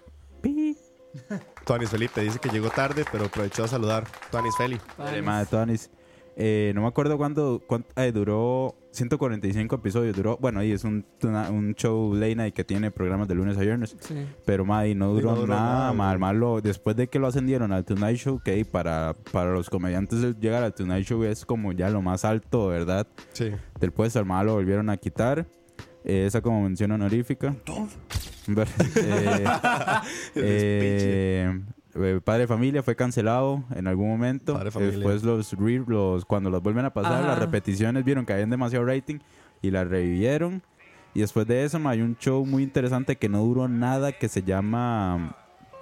pi. Tuanis Felipe dice que llegó tarde, pero aprovechó a saludar. Tuanis Feli. Madre de Tonis. Eh, no me acuerdo cuándo, cuánto eh, duró ciento cuarenta y cinco episodios. Duró, bueno, ahí es un, tuna- un show late night que tiene programas de lunes a viernes. Sí. Pero madre, no Sí, duró, no duró nada, nada, mal, güey. malo. Después de que lo ascendieron al Tonight Show, que ahí para, para los comediantes el llegar al Tonight Show es como ya lo más alto, ¿verdad? Sí. Del puesto, al malo lo volvieron a quitar. Eh, esa como mención honorífica. Ver- eh, eh, eh, Padre de Familia fue cancelado en algún momento. Padre de Familia. Después los, re- los cuando los vuelven a pasar, Ajá. las repeticiones vieron que habían demasiado rating y las revivieron. Y después de eso ma, hay un show muy interesante que no duró nada que se llama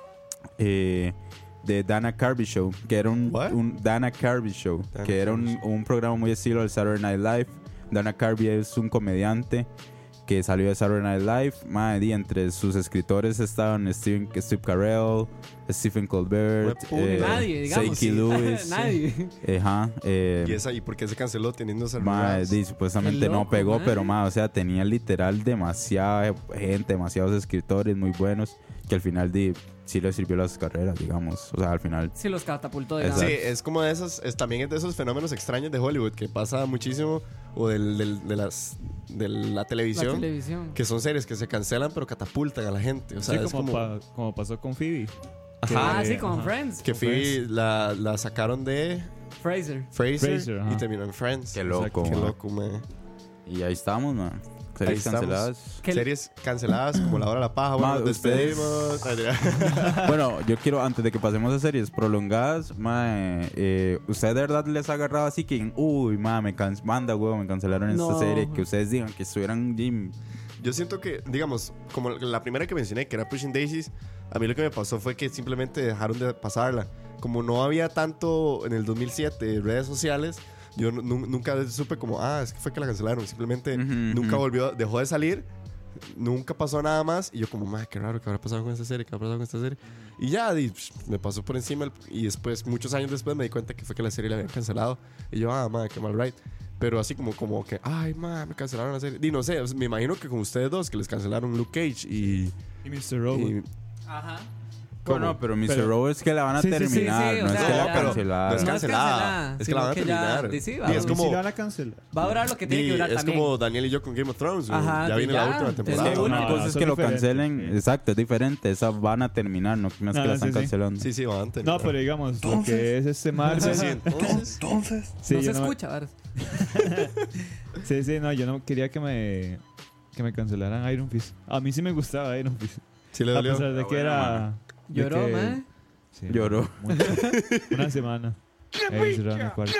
eh, The Dana Carvey Show, que era un, What? un Dana Carvey Show, Dana que era un, Carvey un programa muy estilo del Saturday Night Live. Dana Carvey es un comediante que salió de Saturday Night Live. Madre, y entre sus escritores estaban Steve, Steve Carell, Stephen Colbert, Hueputa. eh, Nadie, digamos. Sadie Lewis. Nadie. eh, ajá, eh, ¿Y esa y por qué se canceló teniendo esa Mae, di, supuestamente Qué no loco, pegó, mae. pero más, o sea, tenía literal demasiada gente, demasiados escritores muy buenos que al final di, sí le sirvió las carreras, digamos. O sea, al final. Sí, los catapultó, Exacto. digamos. Sí, es como de esos, es, también es de esos fenómenos extraños de Hollywood que pasa muchísimo, o del, del- de, las, de la La televisión, televisión. que son series que se cancelan pero catapultan a la gente. O sea, Sí, es como, como pa- como pasó con Phoebe. Ajá. Ah, Que- sí, con ajá. Friends. que Phoebe la, la sacaron de Fraser. Fraser, Fraser, ajá. y terminó en Friends. Qué loco, Qué man. loco, man. Y ahí estamos, man. Ahí Series estamos. canceladas. Que- Series canceladas como La Hora de la Paja. Bueno, Ma, nos ustedes- despedimos. Ay, ya. Bueno, yo quiero, antes de que pasemos a series prolongadas, mae, eh, ¿ustedes de verdad les ha agarrado así que, uy, ma, me can manda, huevo, me cancelaron No. esta serie? Que ustedes digan que estuvieran Jim. Yo siento que, digamos, como la primera que mencioné, que era Pushing Daisies, a mí lo que me pasó fue que simplemente dejaron de pasarla. Como no había tanto en el dos mil siete redes sociales, yo nu- nunca supe como, ah, es que fue que la cancelaron. Simplemente Ujú, nunca ujú. volvió, dejó de salir, nunca pasó nada más. Y yo como, madre, qué raro, ¿qué habrá pasado con esta serie? ¿Qué habrá pasado con esta serie? Y ya, y, psh, me pasó por encima. el- y después, muchos años después, me di cuenta que fue que la serie la habían cancelado. Y yo, ah, madre, qué mal, right. Pero así como, como que, ay, madre, me cancelaron la serie. Y no sé, me imagino que con ustedes dos, que les cancelaron Luke Cage y... Y mister Robot. y- Ajá. Bueno, pero mister Pero- Robot es que la van a Sí, sí, sí, terminar, sí, o no es sea, que ya- la pero cancelaron. no es No es cancelada. cancelada, Es que la van a sino que ya- terminar. sí, sí, Y va- es ¿Y como... si la van a cancelar? Va a durar lo que tiene y que durar es también. como Daniel y yo con Game of Thrones. güey. Ajá, ya y viene ya, la última es temporada. de una. Una No, cosa es son que lo diferentes, cancelen, sí. exacto, es diferente. Esas van a terminar, no, no es que No, la están sí, sí. cancelando. Sí, sí, va antes. No, pero digamos, lo que es este Marvel. Sí, sí, entonces... Sí, no se yo no- escucha, ¿verdad? Sí, sí, no, yo no quería que me, que me cancelaran Iron Fist. A mí sí me gustaba Iron Fist. Sí le A dolió. pesar de que era... de Lloró, que- mae. Sí, Lloró. mucho. Una semana. Ahí encerrado en el cuarto.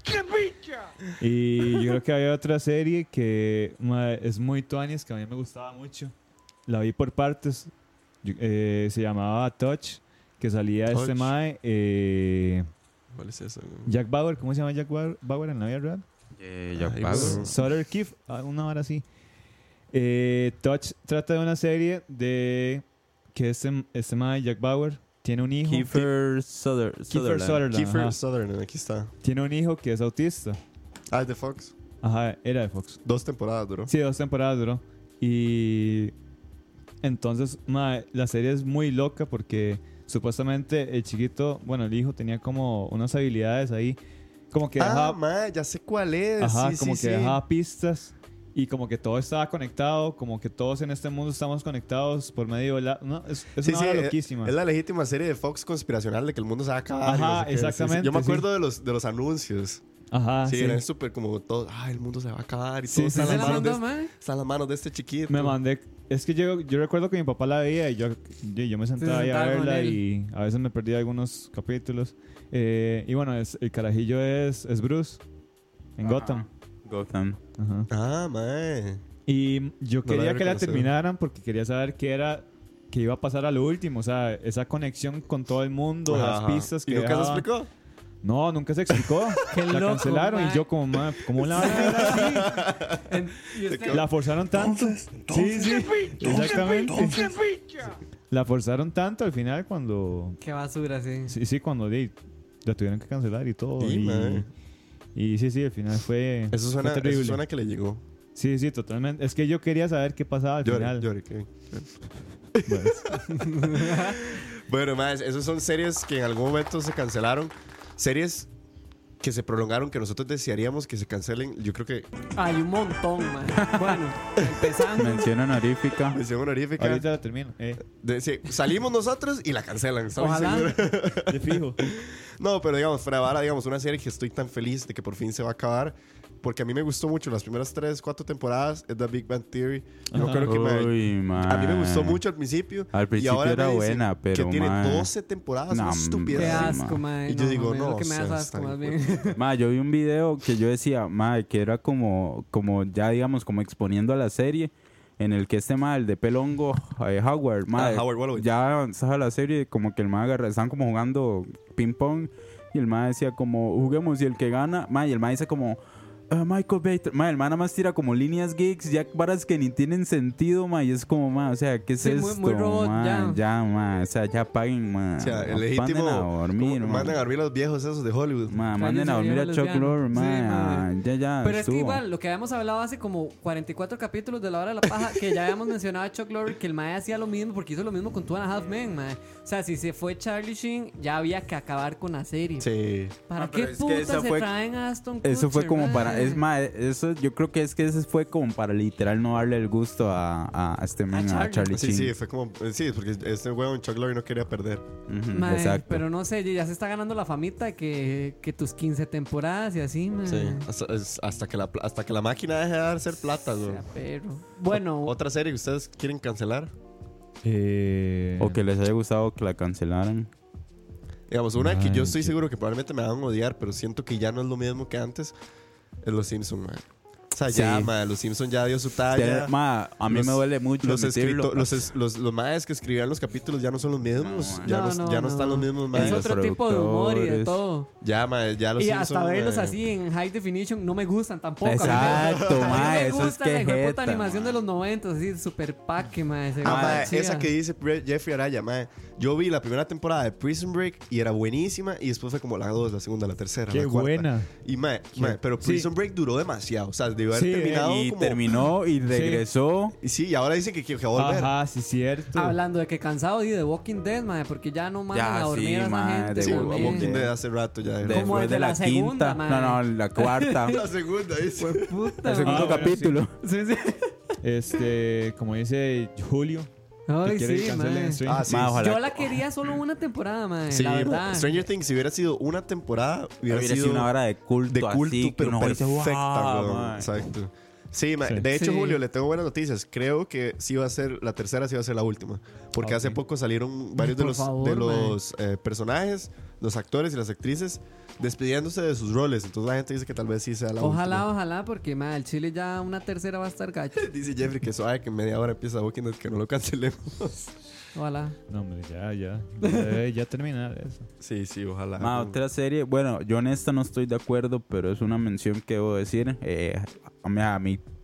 Y yo creo que había otra serie que ma, es muy tuanis, que a mí me gustaba mucho. La vi por partes. Yo- eh, se llamaba Touch, que salía este Touch. mae, eh, ¿Cuál es eso? güey? Jack Bauer. ¿Cómo se llama Jack Bauer, Bauer en la vida real? Eh, ya Ay, pago. pues, Sutter Keith, ah, una hora así. Eh, Touch trata de una serie de que este, este mae Jack Bauer tiene un hijo. Kiefer Suther- Kiefer Sutherland. Sutherland. Kiefer ajá. Sutherland, aquí está. Tiene un hijo que es autista. Ah, es de Fox. Ajá, era de Fox. Dos temporadas duró. Sí, dos temporadas duró. Y entonces, mae, la serie es muy loca porque supuestamente el chiquito, bueno, el hijo tenía como unas habilidades ahí, como que Ah, dejaba, mae, ya sé cuál es. ajá, sí, como sí, que sí. dejaba pistas y como que todo estaba conectado, como que todos en este mundo estamos conectados por medio de la... No, es, es Sí, una sí, vara es- loquísima. Es la legítima serie de Fox conspiracional de que el mundo se va a acabar. y Ajá, no sé qué. Sí, sí. exactamente, Yo me sí. acuerdo de, los, de los anuncios. Ajá, sí, sí. era súper como todo. Ah, el mundo se va a acabar y Sí, todo sí, está, sí, en las sí. manos de, mandó, mae? está en las manos de este chiquito. Me mandé... Es que yo, yo recuerdo que mi papá la veía y yo, yo, yo me sentaba ahí a sentaba con verla él. y a veces me perdía algunos capítulos. Eh, y bueno, es, el carajillo es, es Bruce en Ajá. Gotham. Gotham. Ajá. Ah, mae. Y yo No la quería había que la reconocido. terminaran porque quería saber qué era, qué iba a pasar a lo último. O sea, esa conexión con todo el mundo, las Ajá. pistas que ¿Y nunca se dejaban. explicó? No, nunca se explicó. Qué la loco, cancelaron mae. y yo como, "Ma, ¿cómo la van a ver así?" En- y usted- La forzaron tanto. Sí, sí, exactamente. La forzaron tanto al final cuando... Qué basura, sí. Sí, sí, cuando di, la tuvieron que cancelar y todo. Sí, y, mae. y sí, sí, al final fue, Eso suena, fue eso terrible. suena que le llegó. Sí, sí, totalmente. Es que yo quería saber qué pasaba al Llore, final. llore, Kevin. Bueno, Bueno, más, esas son series que en algún momento se cancelaron. Series que se prolongaron, que nosotros desearíamos que se cancelen. Yo creo que Hay un montón, man. Bueno, empezando. Mención honorífica. mención honorífica. ahorita la termino. Eh, De- sí, salimos nosotros y la cancelan. ¿estamos Ojalá. seguros? de fijo. No, pero digamos, fuera de vara, digamos, una serie que estoy tan feliz de que por fin se va a acabar. Porque a mí me gustó mucho las primeras tres, cuatro temporadas. Es The Big Bang Theory. Yo Ajá. creo que me, Uy, a mí me gustó mae. mucho al principio. Al y principio ahora era me dicen buena, pero, que tiene mae. doce temporadas. No, una estupidez. Qué Sí, asco, ma. man. Y yo digo, mames, no, lo que me o das sea, asco, está más bien. bien. Ma, yo vi un video que yo decía, ma, que era como, como ya digamos, como exponiendo a la serie, en el que este ma, el de pelongo, eh, Howard, ma, Ah, Howard Wolowitz. ya avanzaba la serie, como que el ma agarra, estaban como jugando ping pong, y el ma decía como, juguemos, y el que gana, ma, y el ma dice como, "Ah, Michael Bater", ma, el ma nada más tira como líneas geeks, ya varas que ni tienen sentido, ma, y es como, ma, o sea, ¿qué es Sí, esto? muy- muy robot, ma? ya. ya, ma, o sea, ya paguen, ma, O sea, el manden legítimo. a dormir, como ma. mandan a dormir a los viejos esos de Hollywood. Ma, Cállense, manden a dormir a viejas Chuck lesbianas. Lorre, ma, Sí, ah, ma. ya, ya, Pero es que estuvo. igual, lo que habíamos hablado hace como cuarenta y cuatro capítulos de La Hora de la Paja, que ya habíamos mencionado a Chuck Lorre, que el mae hacía lo mismo porque hizo lo mismo con Two and a Half Men, mae. O sea, si se fue Charlie Sheen, ya había que acabar con la serie. Sí. ¿Para Ah, qué pero es que puta esa se fue- traen a Aston Kutcher, Eso fue como mae? para, es más, eso yo creo que es que ese fue como para literal no darle el gusto a, a, a este men, a Charlie. Charlie, Sí, Sheen. sí, fue como. Sí, porque este huevón Chuck Lorre no quería perder. Ujú, Mae, exacto. pero no sé, ya se está ganando la famita que, que tus quince temporadas y así, mae. Sí. Hasta, es- hasta, que la, pla- hasta que la máquina deje de hacer plata, O güey. sea, pero bueno, ¿Otra serie que ustedes quieren cancelar? Eh, O que les haya gustado que la cancelaran. Digamos, una que Ay, yo estoy qué- seguro que probablemente me van a odiar, pero siento que ya no es lo mismo que antes. Es Los Simpsons, man. O sea, Sí. ya, man, Los Simpsons ya dio su talla. Tiene- ma, a mí Los- me duele mucho Los, admitirlo. escrito, los, es- los, los maes que escribían los capítulos ya no son los mismos. No, ya no, no, no, ya no, no. están los mismos es maes. los otro tipo de humor y de productores. todo. Ya, mae, ya los Y Simpsons. hasta verlos mae. así en high definition no me gustan tampoco. Exacto, a mí me, ma, a mí me eso es gusta la que hijueputa jeta, animación ma. de los noventas, así super paque, ma. se ve Ah, mae, chida. esa que dice Pre- Jeffrey Araya, mae. Yo vi la primera temporada de Prison Break y era buenísima. Y después fue como la dos, la segunda, la tercera. Qué la cuarta. buena. Y mae, mae, pero Sí. Prison Break duró demasiado. O sea, debió haber Sí, terminado Y como. terminó y regresó. Y sí, y ahora dicen que, que va a volver. Ajá, sí, cierto. Hablando de que cansado y de Walking Dead, ma, porque ya no mandan Ya, a dormir sí, a esa ma, gente. de Sí, también. a Walking Dead hace rato ya. Como Después desde de la, la segunda, quinta. ma. No, no, la cuarta. La segunda, dice. Fue puta, el segundo Ah, bueno, capítulo. Sí, sí. Este, como dice Julio, que Ay, quiere que sí, cancelen ma. Stranger Ah, sí. Ma, ojalá- Yo la quería solo una temporada, ma. Sí, la verdad. Stranger Things, si hubiera sido una temporada, hubiera, Hubiera sido sido una hora de culto, de culto, así, que pero uno dice, perfecta, "Wow, weón". ma". Exacto. Sí, ma, Sí. de hecho, Sí. Julio, le tengo buenas noticias. Creo que sí va a ser, la tercera sí va a ser la última. Porque Ok. hace poco salieron varios de por los, favor, de ma. los eh, personajes, los actores y las actrices, despidiéndose de sus roles. Entonces la gente dice que tal vez sí sea la Ojalá, última. ojalá, porque ma, el Chile ya una tercera va a estar gacho. Dice Jeffrey que suave que en media hora empieza Walking Dead, que no lo cancelemos. Ojalá. No, hombre, ya, ya. Ya debe ya terminar eso. Sí, sí, ojalá. Ma, otra serie, bueno, yo en esta no estoy de acuerdo, pero es una mención que debo decir. Eh, a, mí, a mi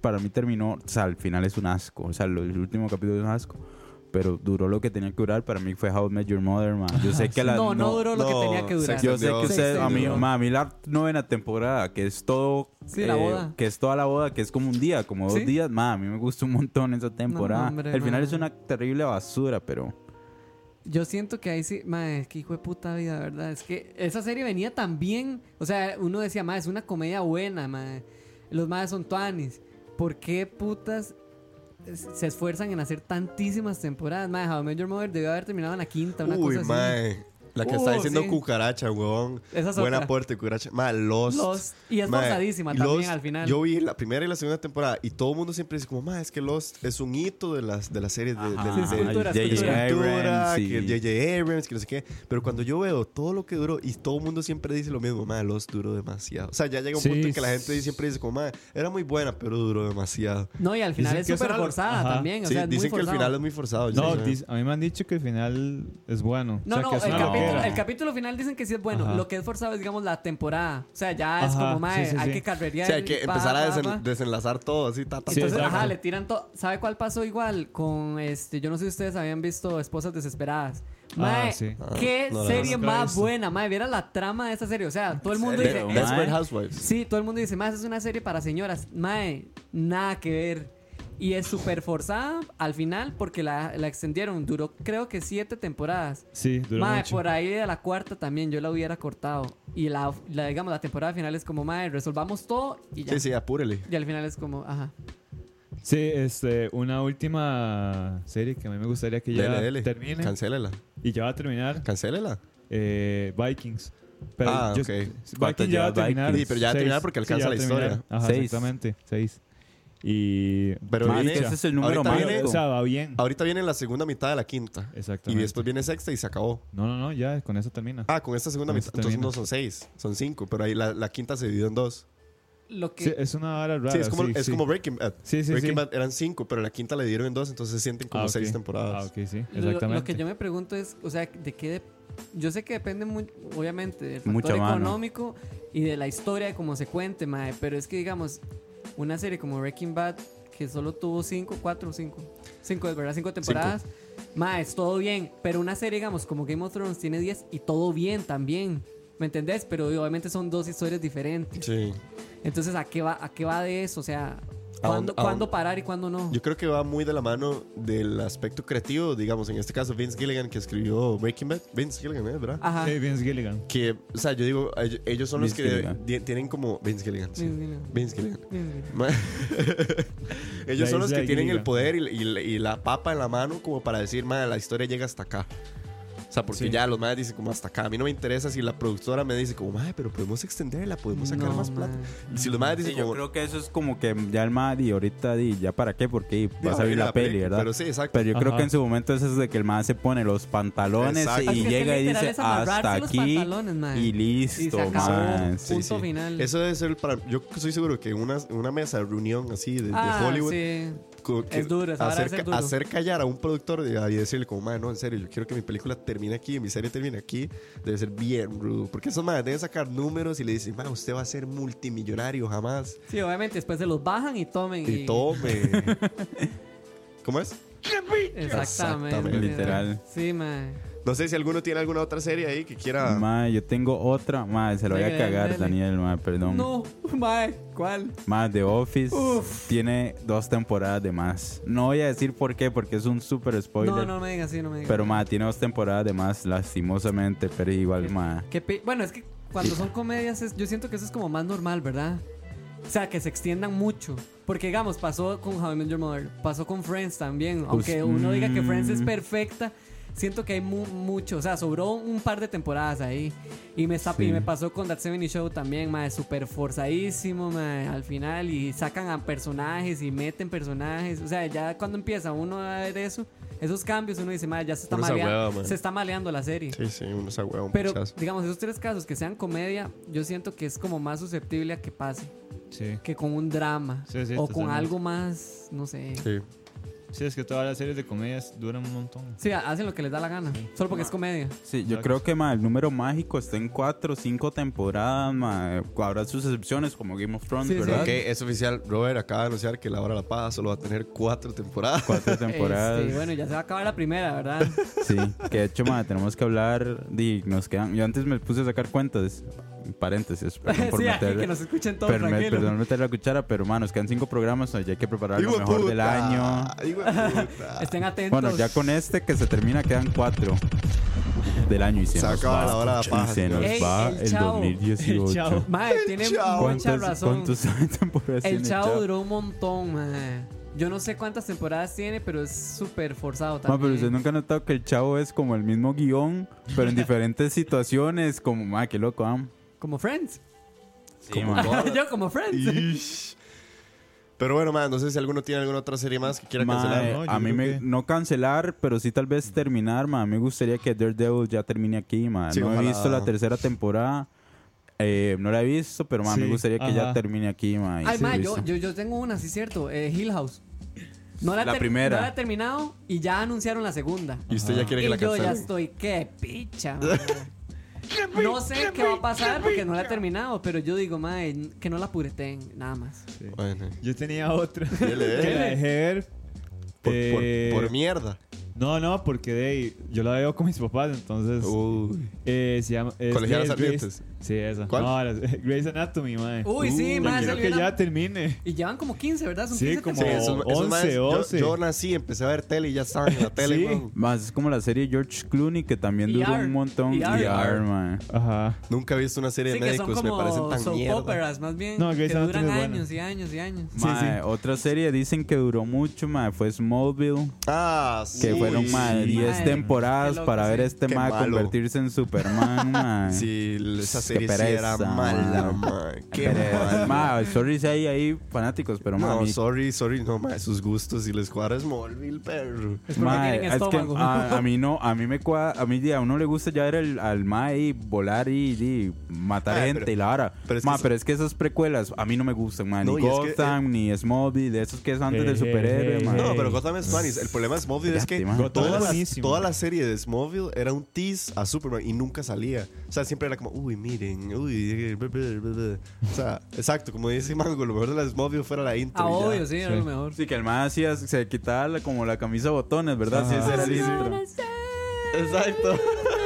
para mí terminó, o sea, al final es un asco, o sea, lo- el último capítulo es un asco, pero duró lo que tenía que durar. Para mí fue How I Met Your Mother, man. Yo sé que la... No, no duró lo no, que tenía que durar. se Yo sé que Se usted, a mí, extendió. ma, a mí la novena temporada, que es todo... Sí, la boda. Que es toda la boda, que es como un día, como dos Sí. días, ma, a mí me gusta un montón esa temporada. hombre, el final ma. es una terrible basura, pero... Yo siento que ahí sí, madre, qué hijo de puta vida, ¿verdad? Es que esa serie venía tan bien. O sea, uno decía, madre, es una comedia buena, madre. Los madres son tuanis. ¿Por qué putas es- se esfuerzan en hacer tantísimas temporadas? Madre, How I Met Your Mother debió haber terminado en la quinta, una Uy, cosa así. mae. La que Uh, está diciendo sí. cucaracha, weón. Esa es Buen otra. aporte, cucaracha. Mae, Lost. Lost. Y es Mae, forzadísima y también Lost, al final. Yo vi la primera y la segunda temporada y todo el mundo siempre dice como, mae, es que Lost es un hito de las, de las series de, de, Ajá, de- es cultura, es de- cultura. de cultura, Abrams, que sí. J J Abrams, que no sé qué. Pero cuando yo veo todo lo que duró y todo el mundo siempre dice lo mismo, mae, Lost duró demasiado. O sea, ya llega un Sí. punto en que la gente siempre dice como, mae, era muy buena, pero duró demasiado. No, y al final Dicen es que eso súper era lo- forzada Ajá. también. O Sí, sea, es muy dicen que el forzado. final es muy forzado. No, sí, sí. dis- a mí me han dicho que el final es bueno. No, o sea, no, que es el una capítulo, loquera. el capítulo final dicen que sí es bueno. Ajá. Lo que es forzado es, digamos, la temporada. O sea, ya es Ajá, como, mae, sí, sí, hay sí. que O carrerear. sea, hay que pa, empezar a pa, desen- pa. desenlazar todo así, ta, ta, Sí, ta, Entonces, ta. exacto. ajá, le tiran todo. ¿Sabe cuál pasó igual? Con este, yo no sé si ustedes habían visto Esposas Desesperadas. Mae, Ah, sí. qué no la serie nunca la he más visto. buena, mae. Viera la trama de esa serie. O sea, todo el mundo De- dice. serio? es- Desperate mae. Housewives. Sí, todo el mundo dice, más es una serie para señoras. Mae, nada que ver. Y es súper forzada al final porque la, la extendieron. Duró creo que siete temporadas. Sí, duró Mae, mucho. por ahí de la cuarta también yo la hubiera cortado. Y la, la, digamos, la temporada final es como, mae, resolvamos todo y ya. Sí, sí, apúrele. Y al final es como, ajá. Sí, este, una última serie que a mí me gustaría que ya Dele, dele. termine. Cancélela. Y ya va a terminar. Cancélela. eh, Vikings. Pero Ah, yo- ok. Vikings ¿Cuántas ya va a lleva terminar. Vikings? Sí, pero ya va a Seis. terminar porque alcanza ya va la a terminar. historia. Ajá, Seis. exactamente. Seis. Y. Pero Ma, es viene- que ese es el número ahorita mágico. viene- o sea, va bien. Ahorita viene la segunda mitad de la quinta. Y Exactamente. después viene sexta y se acabó. No, no, no, ya con eso termina. Ah, con esta segunda Con mitad. eso Entonces termina. no son seis, son cinco. Pero ahí la, la quinta se dividió en dos. Lo que... Sí, es una vara rara. Sí, es como, sí, es sí. como Breaking Bad. Sí, sí, Breaking sí. Bad eran cinco, pero la quinta la dividieron en dos, entonces se sienten como Ah, ok. seis temporadas. Ah, ok, sí, Lo, exactamente. lo que yo me pregunto es, o sea, ¿de qué? de- yo sé que depende muy, obviamente, del factor Mucha mano. económico y de la historia de cómo se cuente, mae. Pero es que, digamos, una serie como Breaking Bad, que solo tuvo cinco, cuatro, cinco, cinco, es verdad, cinco temporadas, mae, es todo bien. Pero una serie, digamos, como Game of Thrones tiene diez y todo bien también. ¿Me entendés? Pero obviamente son dos historias diferentes. Sí. Entonces, ¿a qué va, a qué va de eso? O sea, ¿A ¿cuándo, dónde- a ¿cuándo dónde? parar y cuándo no? Yo creo que va muy de la mano del aspecto creativo, digamos, en este caso Vince Gilligan, que escribió Breaking Bad. Vince Gilligan, ¿eh? ¿verdad? Ajá. Sí, Vince Gilligan. Que, o sea, yo digo, ellos- ellos son los Vince que Gilligan. di- tienen como... Vince Gilligan, sí. Vince Gilligan. Vince Gilligan. Vince Gilligan. Ma- ellos La son los isla que de tienen el Gilligan. poder y, y- y la papa en la mano como para decir, madre, la historia llega hasta acá. O sea, porque Sí. ya los madres dicen como hasta acá. A mí no me interesa si la productora me dice como, madre, pero podemos extenderla, podemos sacar No, más plata. mae. Y si los madres Sí, dicen yo como... creo que eso es como que ya el MAD y ahorita di, ya para qué, porque va a "Dijo, salir mira la peli, película", ¿verdad? Pero sí, exacto. Pero yo creo Ajá. que en su momento es eso de que el MAD se pone los pantalones Exacto. y Es que llega y literal dice es amarrarse hasta los aquí pantalones, mae. y Y listo, se acabó. man. Sí, Punto sí. final. Eso debe ser para... Yo estoy seguro que una, una mesa de reunión así de, de Ah, Hollywood... sí. co- que Es duro, esa vara hacer, debe ser ca- duro. hacer callar a un productor y, y decirle como, madre, no, en serio, yo quiero que mi película termine aquí, mi serie termine aquí, debe ser bien rudo. Porque esos madres deben sacar números y le dicen, madre, usted va a ser multimillonario jamás. Sí, obviamente después se los bajan y tomen. Y tome. ¿Cómo es? Exactamente. Exactamente. Literal. Sí, mae. No sé si alguno tiene alguna otra serie ahí que quiera... Ma, yo tengo otra, ma, se lo voy a Dele, cagar, dele. Daniel, ma, perdón. No, mae. ¿Cuál? Ma, The Office tiene dos temporadas de más. No voy a decir por qué, porque es un super spoiler. No, no me digas así, no me digas. Pero, ma, tiene dos temporadas de más, lastimosamente, pero igual, ma. Qué pi- bueno, es que cuando son comedias, es- yo siento que eso es como más normal, ¿verdad? O sea, que se extiendan mucho. Porque, digamos, pasó con How I Met Your Mother, pasó con Friends también. Aunque uno diga que Friends es mm. perfecta, siento que hay mu- mucho. O sea, sobró un par de temporadas ahí. Y me, está- Sí. y me pasó con That setenta Show también, mae, súper forzadísimo, mae, al final. Y sacan a personajes y meten personajes. O sea, ya cuando empieza uno a ver eso, esos cambios, uno dice, mae, ya se está, Uno se malea- ahueva, mae. se está maleando la serie. Sí, sí, uno se huevo un Pero, pichazo. digamos, esos tres casos que sean comedia, yo siento que es como más susceptible a que pase Sí. que con un drama Sí, sí, o con totalmente. algo más, no sé. Sí. Sí, es que todas las series de comedias duran un montón. Sí, hacen lo que les da la gana. Solo porque es comedia. Sí, yo Exacto. creo que ma, el número mágico está en cuatro o cinco temporadas. Ma. Habrá sus excepciones como Game of Thrones, Sí, sí. ¿verdad? Ok, es oficial. Robert acaba de anunciar que La Hora de la Paja solo va a tener cuatro temporadas. Cuatro temporadas. Este, bueno, ya se va a acabar la primera, ¿verdad? Sí, que de hecho, ma, tenemos que hablar. Di, nos quedan. Yo antes me puse a sacar cuentas. Paréntesis. Perdón por sí, aquí meterle- que nos escuchen todos, per- me- tranquilo. perdón meter la cuchara, pero ma, nos quedan cinco programas. Ya hay que preparar lo Hijo de mejor puta, del año. hijo de puta. Estén atentos. Bueno, ya con este que se termina quedan cuatro del año y se, Se nos acaba va, La Hora de la Paja, y se nos Ey, va el el Chavo. dos mil dieciocho. El Chavo. Mae, tiene Chao. mucha ¿Cuántas, razón. ¿Cuántas temporadas El tiene Chavo duró un montón, mae. Yo no sé cuántas temporadas tiene, pero es súper forzado Ma, también. pero usted nunca ha notado que el Chavo es como el mismo guión, pero en diferentes situaciones, como, ma, qué loco, ¿ah? Como Friends. Sí, ma. Yo como Friends. Ish. Pero bueno, man, no sé si alguno tiene alguna otra serie más que quiera Ma, cancelar. eh, ¿no? Yo a mí creo me, que- no cancelar, pero sí tal vez terminar, ma. Me gustaría que Daredevil ya termine aquí, ma. Sí, no ojalá. he visto la tercera temporada. Eh, no la he visto, pero ma, Sí, me gustaría que ya ajá. termine aquí, ma. y Ay, sí, mae, listo. yo, yo, yo tengo una, sí es cierto. Eh, Hill House. No la, La ter- primera. No la he terminado y ya anunciaron la segunda. Y usted ya quiere que Y la yo ya cancelen. estoy, qué picha, mae. No sé qué va a pasar porque no la he terminado, pero yo digo, mae, que no la pureten, nada más. Bueno, Yo tenía otra. Dele, que dele. la dejé ver. por, eh, por, por mierda. No, no, porque de ahí, yo la veo con mis papás, entonces. Uy. eh, se llama. es- Colegialas es Ardientes. Grace- Sí, esa. ¿Cuál? No, la- Grey's Anatomy, mae. Uy, sí, Yo mae, quiero salió que la- ya termine. Y llevan como quince, ¿verdad? Son Sí, quince como- Sí, temporadas. esos, esos once, maes, yo- once. Yo, nací, empecé a ver tele y ya estaban en la tele, Sí. weón. Más es como la serie George Clooney que también Y duró R. un montón. Y Y R. R, ma. Ajá. Nunca he visto una serie Sí, de que son médicos, me parecen como tan soap mierda. operas, más bien. No, que Grey's Anatomy duran es buena. años y años y años. Sí, Ma, sí. Otra serie dicen que duró mucho, ma, fue Smallville. Ah, sí. Que fueron ma, sí. diez Mae, temporadas qué loco, para ver sí. este Qué ma malo. convertirse en Superman, ma. Sí, esa Qué serie sí era pereza, mala, ma. man. Qué Pero, mal. ma, sorry si hay ahí fanáticos, pero ma, a No, mí- sorry, sorry, no, ma, sus gustos y les cuadra Smallville, perro. Es porque ma, tienen es que estómago. a, a mí no, a mí me cua- a mí di, a uno le gusta ya ver el, al ma ahí volar y, y matar Ah, gente pero- y la vara. pero es Ma, que pero es que esas precuelas a mí no me gustan, ma, No, ni y es que, Gotham, ni Smallville, esos que es antes Eh, del superhéroe, eh, ma. No, Ey. pero Gotham es funny. El problema de Smallville es que Fíjate, man. Gotham toda es la, buenísimo. toda la serie de Smallville era un tease a Superman y nunca salía. O sea, siempre era como, uy, miren, uy, bla, bla, bla, bla. O sea, exacto, como dice Mango, lo mejor de la Smallville fuera la intro. Ah, y ya. obvio, sí, era Sí. lo mejor. Sí, que el ma hacía, se quitaba la- como la camisa a botones, ¿verdad? Sí, Ajá. ese era el intro. Exacto.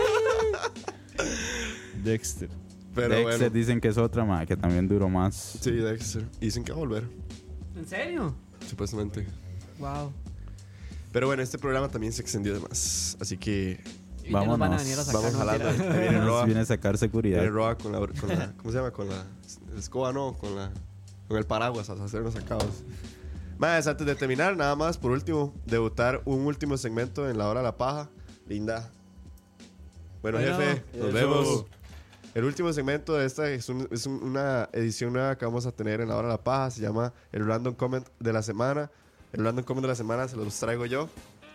Dexter. Pero Dexter bueno. dicen que es otra, ma, que también duró más. Sí, Dexter. Y dicen que va a volver, ¿En serio? supuestamente. Wow. Pero bueno, este programa también se extendió de más. Así que Y ya nos van a Vámonos. venir a sacar. vamos no, jalando. mentira. Ahí viene Nos Roa. viene a sacar seguridad. Viene Roa con la, con la. ¿Cómo se llama? Con la escoba, no. Con la. Con el paraguas a hacernos sacados. Más, antes de terminar, nada más, por último, debutar un último segmento en la hora de la paja. Linda. Bueno, Bueno, jefe, nos eso. vemos. El último segmento de esta es, un- es un- una edición nueva que vamos a tener en la hora de la paja. Se llama el Random Comment de la semana. El Random Comment de la semana se los traigo yo.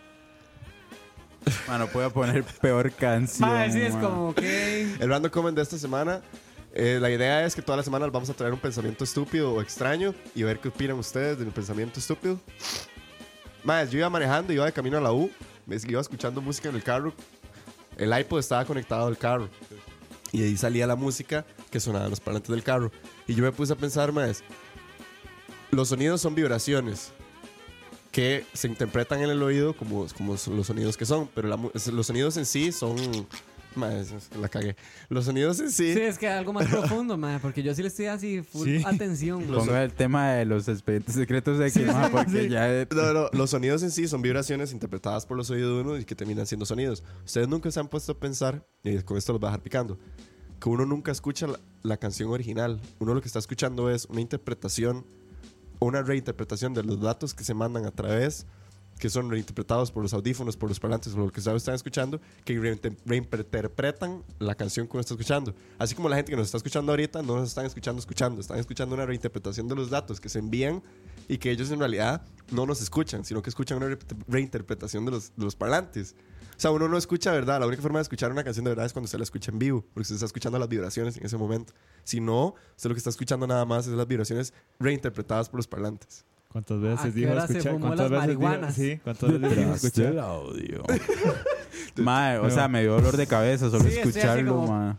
Mano, puedo poner peor canción. Mae, sí, es ma. como que. El Random Comment de esta semana, eh, la idea es que todas las semanas vamos a traer un pensamiento estúpido o extraño y ver qué opinan ustedes del pensamiento estúpido. Más, yo iba manejando, iba de camino a la U, me- iba escuchando música en el carro. El iPod estaba conectado al carro y ahí salía la música que sonaba en los parlantes del carro. Y yo me puse a pensar, más, los sonidos son vibraciones que se interpretan en el oído como, como son los sonidos que son, pero la mu- los sonidos en sí son... Mae, la cagué. Los sonidos en sí... Sí, es que algo más profundo, mae, porque yo sí le estoy así full Sí. atención. Ponga el tema de los expedientes secretos de X, ma, porque ya... No, no, los sonidos en sí son vibraciones interpretadas por los oídos de uno y que terminan siendo sonidos. Ustedes nunca se han puesto a pensar, y con esto los voy a dejar picando, que uno nunca escucha la, la canción original. Uno lo que está escuchando es una interpretación, una reinterpretación de los datos que se mandan a través, que son reinterpretados por los audífonos, por los parlantes, por lo que ustedes están escuchando, que reinte- reinterpretan la canción que uno está escuchando. Así como la gente que nos está escuchando ahorita no nos están escuchando escuchando, están escuchando una reinterpretación de los datos que se envían y que ellos en realidad no nos escuchan, sino que escuchan una re- reinterpretación de los, de los parlantes. O sea, uno no escucha, ¿verdad? La única forma de escuchar una canción de verdad es cuando usted la escucha en vivo, porque usted está escuchando las vibraciones en ese momento. Si no, usted lo que está escuchando nada más es las vibraciones reinterpretadas por los parlantes. ¿Cuántas ¿A veces qué dijo hora se escuchar? fumó ¿Cuántas las veces dijo? marihuanas? Sí, ¿cuántas veces dijo Detrás escuchar? del audio. Mae, o sea, me dio dolor de cabeza solo Sí, estoy así escucharlo, como- mae.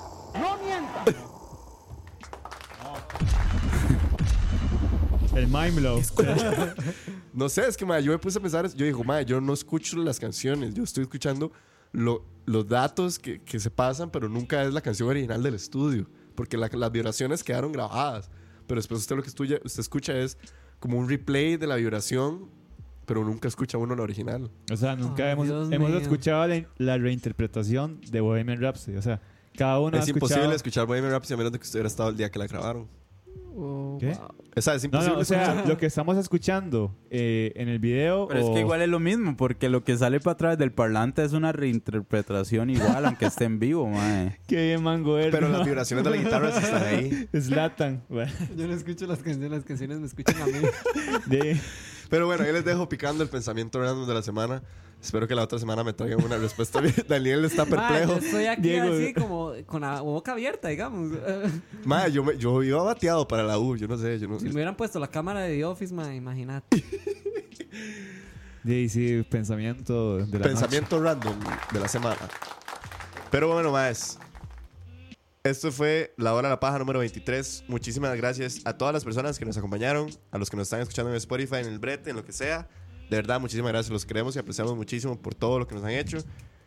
El Mimelo. No sé, es que ma, yo me puse a pensar, yo digo, ma, yo no escucho las canciones, yo estoy escuchando lo- los datos que, que se pasan, pero nunca es la canción original del estudio, porque la- las vibraciones quedaron grabadas, pero después usted lo que estudia- usted escucha es como un replay de la vibración, pero nunca escucha uno la original. O sea, nunca Ay, hemos, Dios hemos mío. escuchado la, la reinterpretación de Bohemian Rhapsody. O sea, cada uno ha Es escuchado... imposible escuchar Bohemian Rhapsody a menos de que usted hubiera estado el día que la grabaron. Oh, ¿Qué? wow. O sea, es No, imposible no, o sea, escuchar. lo que estamos escuchando eh, en el video... Pero o- es que igual es lo mismo, porque lo que sale para atrás del parlante es una reinterpretación igual, aunque esté en vivo, mae. Qué bien, mango verde. Pero las vibraciones de la guitarra sí están ahí. Zlatan. Bueno, Yo no escucho las canciones, las canciones me escuchan a mí. de- Pero bueno, ahí les dejo picando el pensamiento random de la semana. Espero que la otra semana me traigan una respuesta bien. Daniel está Ma, yo perplejo. estoy aquí Diego. así como con la boca abierta, digamos. Ma, yo, me- yo iba bateado para la U. Yo no sé. Yo no Si me hubieran puesto la cámara de The Office, ma, imagínate. de sí, pensamiento de la Pensamiento random de la semana. Pero bueno, más. Esto fue La Hora de la Paja número veintitrés. Muchísimas gracias a todas las personas que nos acompañaron, a los que nos están escuchando en Spotify, en el brete, en lo que sea. De verdad, muchísimas gracias. Los queremos y apreciamos muchísimo por todo lo que nos han hecho.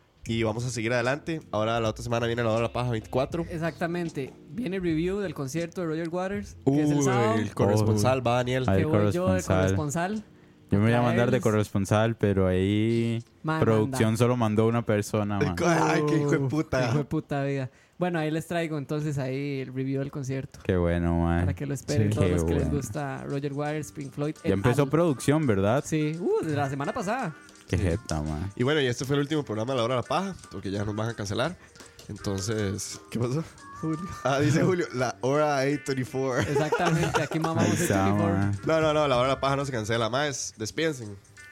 Y vamos a seguir adelante. Ahora la otra semana viene La Hora de la Paja veinticuatro. Exactamente. Viene el review del concierto de Roger Waters, Uy, que es el sábado. el corresponsal va Daniel. Ay, Que voy yo, el corresponsal. corresponsal. Yo me voy a mandar de Traerles- corresponsal, pero ahí Ma, producción manda. solo mandó una persona, mae. Ay, qué hijo de Qué puta. hijo de puta vida. Bueno, ahí les traigo entonces ahí el review del concierto. Qué bueno, mae. Para que lo esperen Sí. todos Qué los que les bueno. gusta Roger Waters, Pink Floyd. Ya et empezó al. producción, ¿verdad? Sí, uh, desde la semana pasada. Qué jeta, mae. Y bueno, y este fue el último programa de La Hora de la Paja, porque ya nos van a cancelar. Entonces, ¿qué pasó? Julio. Ah, dice Julio, La Hora ocho veinticuatro. Exactamente, aquí Ahí mamamos el está, veinticuatro. mae. No, no, no, La Hora de la Paja no se cancela más. Despídense.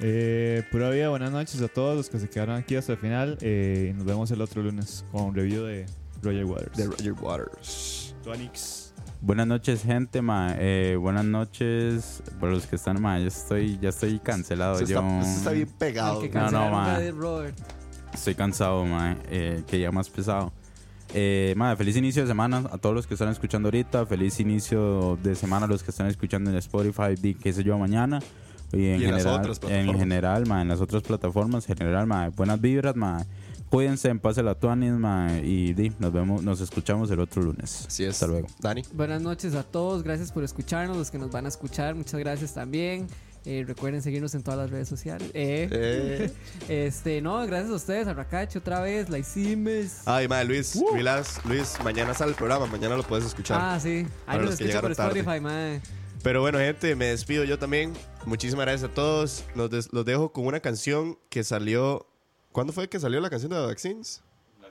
Eh, pura vida, buenas noches a todos los que se quedaron aquí hasta el final. Eh, y nos vemos el otro lunes con un review de Roger Waters. De Roger Waters. Tuanix. Buenas noches, gente, mae. Eh, buenas noches para los que están, mae. Ya estoy, ya estoy cancelado. Eso Yo está, eso está bien El pegado. que No, no, cancelaron ma. fue de Robert. estoy cansado, mae. Eh, que ya más pesado. Eh, mae, feliz inicio de semana a todos los que están escuchando ahorita. Feliz inicio de semana a los que están escuchando en Spotify, di, qué sé yo, mañana. Y en Y en las general, otras en plataformas. general, mae, en las otras plataformas, en general, mae, buenas vibras, mae. Cuídense, pase la tuanis, mae, y di, nos vemos, nos escuchamos el otro lunes. Así es. Hasta luego. Dani. Buenas noches a todos, gracias por escucharnos, los que nos van a escuchar, muchas gracias también. Eh, recuerden seguirnos en todas las redes sociales. Eh. Eh. Este, no, gracias a ustedes, a Racacho otra vez, la hicimos. Ay, madre, Luis, relax. Luis, mañana sale el programa, mañana lo puedes escuchar. Ah, sí. Para Ahí nos los que escucha por llegaron tarde. Spotify, mae. Pero bueno, gente, me despido yo también. Muchísimas gracias a todos. Los, des- los dejo con una canción que salió. ¿Cuándo fue que salió la canción de The Vaccines?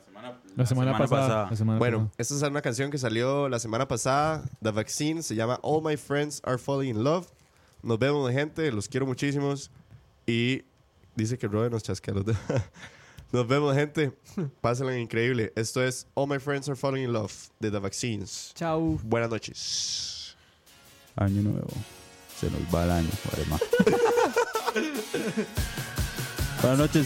La semana, pasada. La semana Bueno, pasada. esta es una canción que salió la semana pasada. The Vaccine se llama All My Friends Are Falling in Love. Nos vemos, gente. Los quiero muchísimos. Y dice que Robert nos chasquea los dedos. Nos vemos, gente. Pásenla increíble. Esto es All My Friends Are Falling in Love de The Vaccines. Chao. Buenas noches. Año nuevo. Se nos va el año, además. Buenas noches.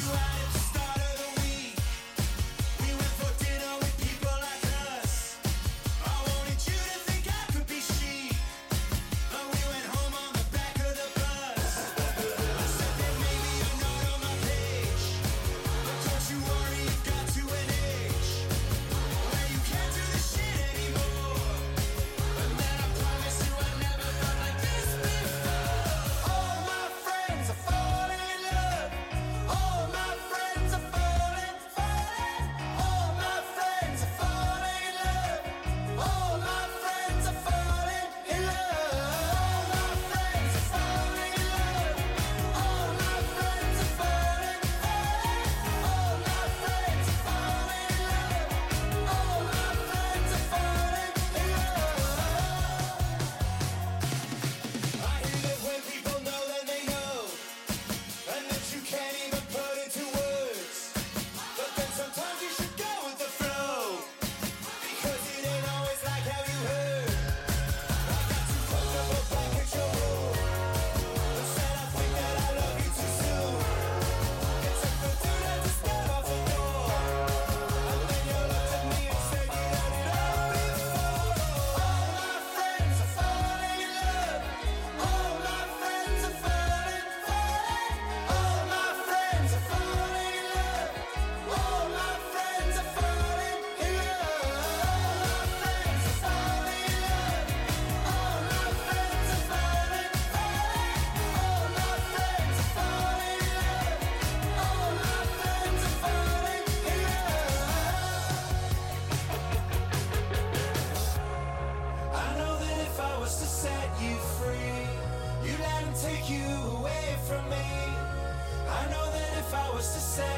All my friends are falling in love. All my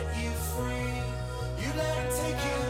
set you free. You let him take you